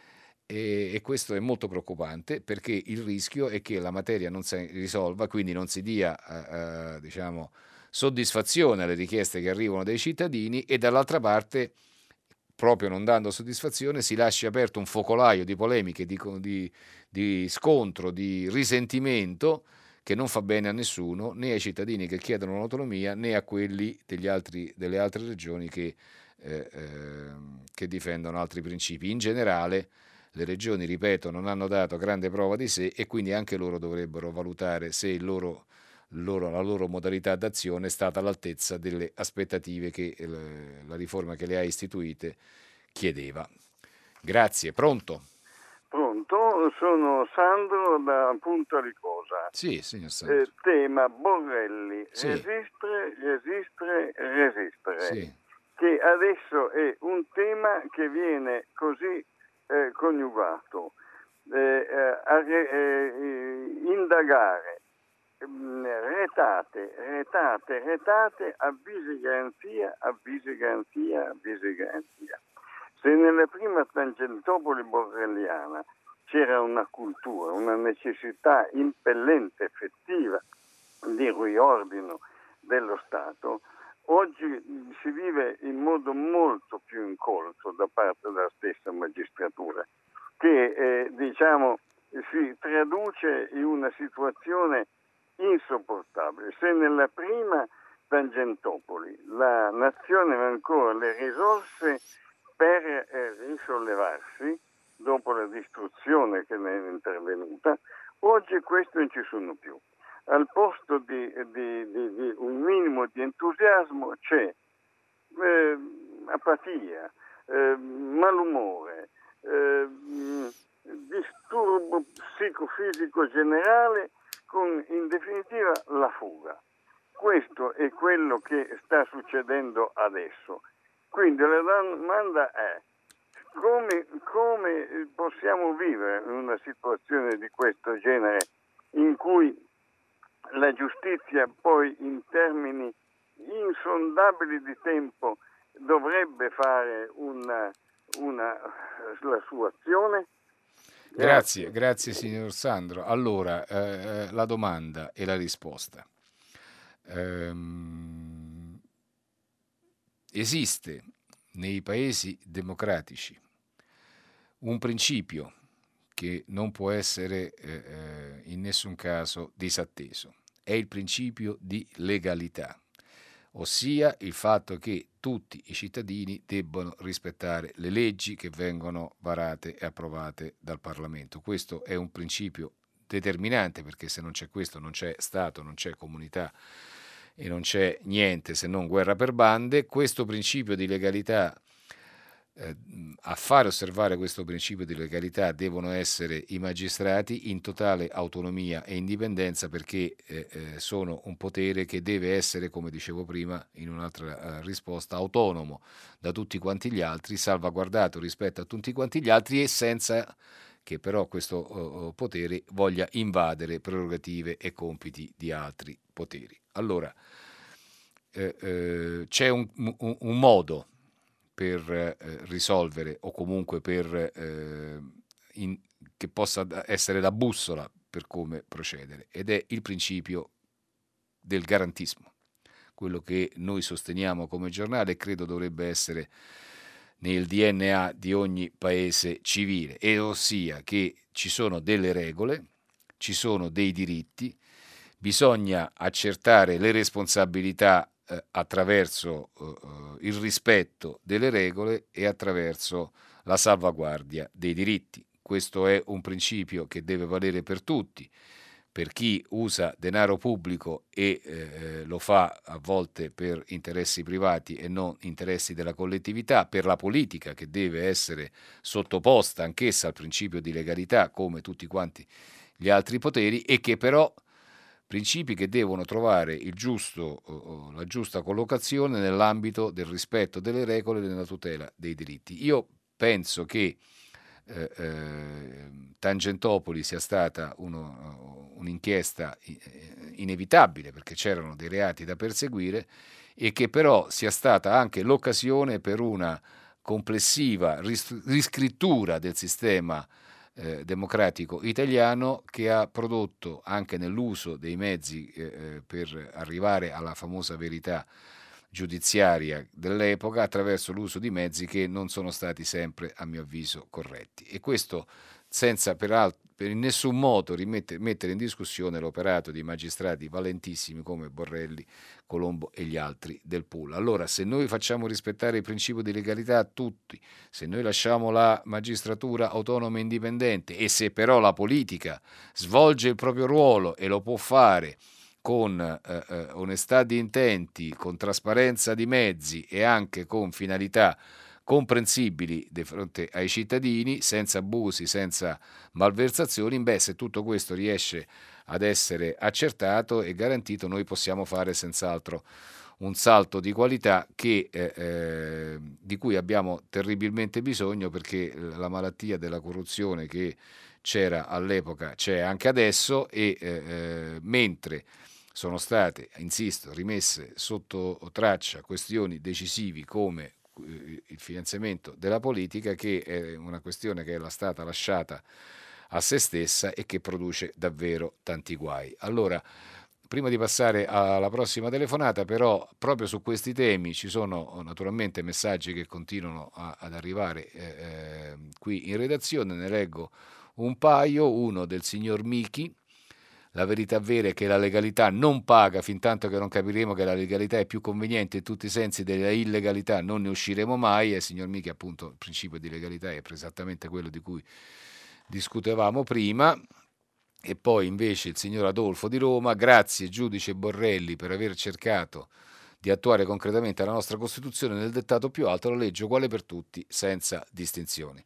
E, e questo è molto preoccupante, perché il rischio è che la materia non si risolva, quindi non si dia eh, diciamo, soddisfazione alle richieste che arrivano dai cittadini, e dall'altra parte, proprio non dando soddisfazione, si lasci aperto un focolaio di polemiche, di, di, di scontro, di risentimento, che non fa bene a nessuno, né ai cittadini che chiedono l'autonomia, né a quelli degli altri, delle altre regioni che, eh, eh, che difendono altri principi. In generale le regioni, ripeto, non hanno dato grande prova di sé, e quindi anche loro dovrebbero valutare se il loro, loro, la loro modalità d'azione è stata all'altezza delle aspettative che eh, la riforma che le ha istituite chiedeva. Grazie. Pronto? Pronto, sono Sandro da Punta Ricosa. Sì, signor Sandro. Eh, tema Borrelli, sì. resistere, resistere, resistere. Sì. Che adesso è un tema che viene così Eh, coniugato, eh, eh, a re, eh, indagare, eh, retate, retate, retate, avvisi garanzia, avvisi garanzia, avvisi garanzia. Se nella prima Tangentopoli borrelliana c'era una cultura, una necessità impellente, effettiva di riordino dello Stato, oggi si vive in modo molto più incolto da parte della stessa magistratura, che eh, diciamo si traduce in una situazione insopportabile. Se nella prima Tangentopoli la nazione aveva ancora le risorse per eh, risollevarsi dopo la distruzione che ne è intervenuta, oggi questo non ci sono più. Al posto di, di, di, di un minimo di entusiasmo c'è eh, apatia, eh, malumore, eh, disturbo psicofisico generale, con in definitiva la fuga. Questo è quello che sta succedendo adesso. Quindi la domanda è: come, come possiamo vivere in una situazione di questo genere, in cui la giustizia poi in termini insondabili di tempo dovrebbe fare una, una, la sua azione? Grazie, grazie signor Sandro. Allora, eh, la domanda e la risposta. Ehm, esiste nei paesi democratici un principio che non può essere eh, in nessun caso disatteso. È il principio di legalità, ossia il fatto che tutti i cittadini debbono rispettare le leggi che vengono varate e approvate dal Parlamento. Questo è un principio determinante, perché se non c'è questo non c'è Stato, non c'è comunità e non c'è niente se non guerra per bande. Questo principio di legalità, Eh, a fare osservare questo principio di legalità devono essere i magistrati in totale autonomia e indipendenza, perché eh, eh, sono un potere che deve essere, come dicevo prima in un'altra eh, risposta, autonomo da tutti quanti gli altri, salvaguardato rispetto a tutti quanti gli altri, e senza che però questo uh, potere voglia invadere prerogative e compiti di altri poteri. Allora, eh, eh, c'è un, un, un modo per eh, risolvere, o comunque per eh, in, che possa essere la bussola per come procedere, ed è il principio del garantismo, quello che noi sosteniamo come giornale e credo dovrebbe essere nel D N A di ogni paese civile, e ossia che ci sono delle regole, ci sono dei diritti, bisogna accertare le responsabilità Eh, attraverso eh, il rispetto delle regole e attraverso la salvaguardia dei diritti. questo è un principio che deve valere per tutti, per chi usa denaro pubblico e eh, lo fa a volte per interessi privati e non interessi della collettività, per la politica che deve essere sottoposta anch'essa al principio di legalità come tutti quanti gli altri poteri, e che però principi che devono trovare il giusto, o la giusta collocazione nell'ambito del rispetto delle regole e della tutela dei diritti. Io penso che eh, eh, Tangentopoli sia stata uno, un'inchiesta inevitabile perché c'erano dei reati da perseguire, e che però sia stata anche l'occasione per una complessiva ris- riscrittura del sistema eh, democratico italiano, che ha prodotto anche nell'uso dei mezzi eh, per arrivare alla famosa verità giudiziaria dell'epoca, attraverso l'uso di mezzi che non sono stati sempre, a mio avviso, corretti. E questo senza peraltro per in nessun modo rimettere, mettere in discussione l'operato di magistrati valentissimi come Borrelli, Colombo e gli altri del pool. Allora, se noi facciamo rispettare il principio di legalità a tutti, se noi lasciamo la magistratura autonoma e indipendente, e se però la politica svolge il proprio ruolo e lo può fare con eh, eh, onestà di intenti, con trasparenza di mezzi e anche con finalità comprensibili di fronte ai cittadini, senza abusi, senza malversazioni, beh, se tutto questo riesce ad essere accertato e garantito, noi possiamo fare senz'altro un salto di qualità che, eh, eh, di cui abbiamo terribilmente bisogno, perché la malattia della corruzione che c'era all'epoca c'è anche adesso, e eh, eh, mentre sono state, insisto, rimesse sotto traccia questioni decisivi come il finanziamento della politica, che è una questione che è stata lasciata a se stessa e che produce davvero tanti guai. Allora, prima di passare alla prossima telefonata, però, proprio su questi temi ci sono naturalmente messaggi che continuano a, ad arrivare eh, qui in redazione. Ne leggo un paio, uno del signor Michi. La verità vera è che la legalità non paga fin tanto che non capiremo che la legalità è più conveniente in tutti i sensi della illegalità, non ne usciremo mai. E signor Michi, appunto, il principio di legalità è esattamente quello di cui discutevamo prima. E poi invece il signor Adolfo di Roma: grazie giudice Borrelli per aver cercato di attuare concretamente la nostra Costituzione nel dettato più alto, la legge uguale per tutti senza distinzioni.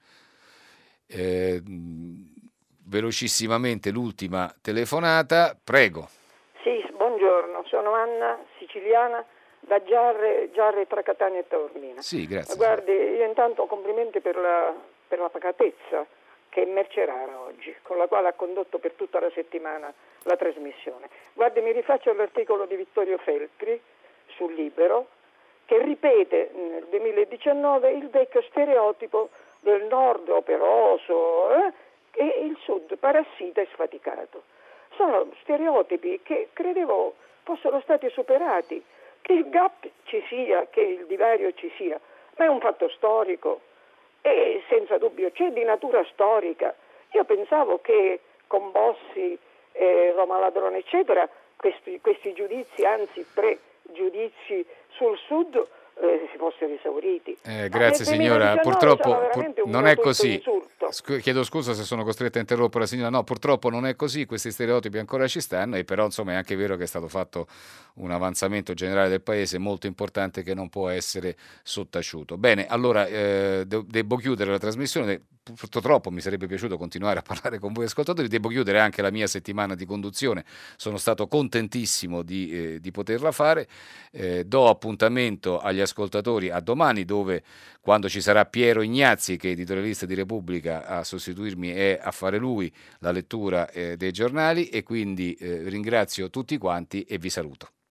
Eh, Velocissimamente l'ultima telefonata, prego. Sì, buongiorno, sono Anna, siciliana, da Giarre, Giarre tra Catania e Taormina. Sì, grazie. Guardi, io intanto complimenti per la, per la pacatezza che è merce rara oggi, con la quale ha condotto per tutta la settimana la trasmissione. Guardi, mi rifaccio all'articolo di Vittorio Feltri sul Libero, che ripete nel duemiladiciannove il vecchio stereotipo del nord operoso, eh? e il sud parassita e sfaticato. Sono stereotipi che credevo fossero stati superati, che il gap ci sia, che il divario ci sia, ma è un fatto storico e senza dubbio c'è di natura storica. Io pensavo che con Bossi, eh, Roma Ladrone eccetera, questi, questi giudizi, anzi pregiudizi sul sud, Eh, si fossero esauriti. Eh, grazie signora, purtroppo pur, non è così. Scu- chiedo scusa se sono costretto a interrompere la signora, no, purtroppo non è così, questi stereotipi ancora ci stanno, e però insomma è anche vero che è stato fatto un avanzamento generale del paese molto importante che non può essere sottaciuto. Bene, allora eh, de- devo chiudere la trasmissione, purtroppo mi sarebbe piaciuto continuare a parlare con voi ascoltatori, devo chiudere anche la mia settimana di conduzione, sono stato contentissimo di, eh, di poterla fare, eh, do appuntamento agli ascoltatori a domani, dove quando ci sarà Piero Ignazzi, che è editorialista di Repubblica, a sostituirmi e a fare lui la lettura eh, dei giornali, e quindi eh, ringrazio tutti quanti e vi saluto.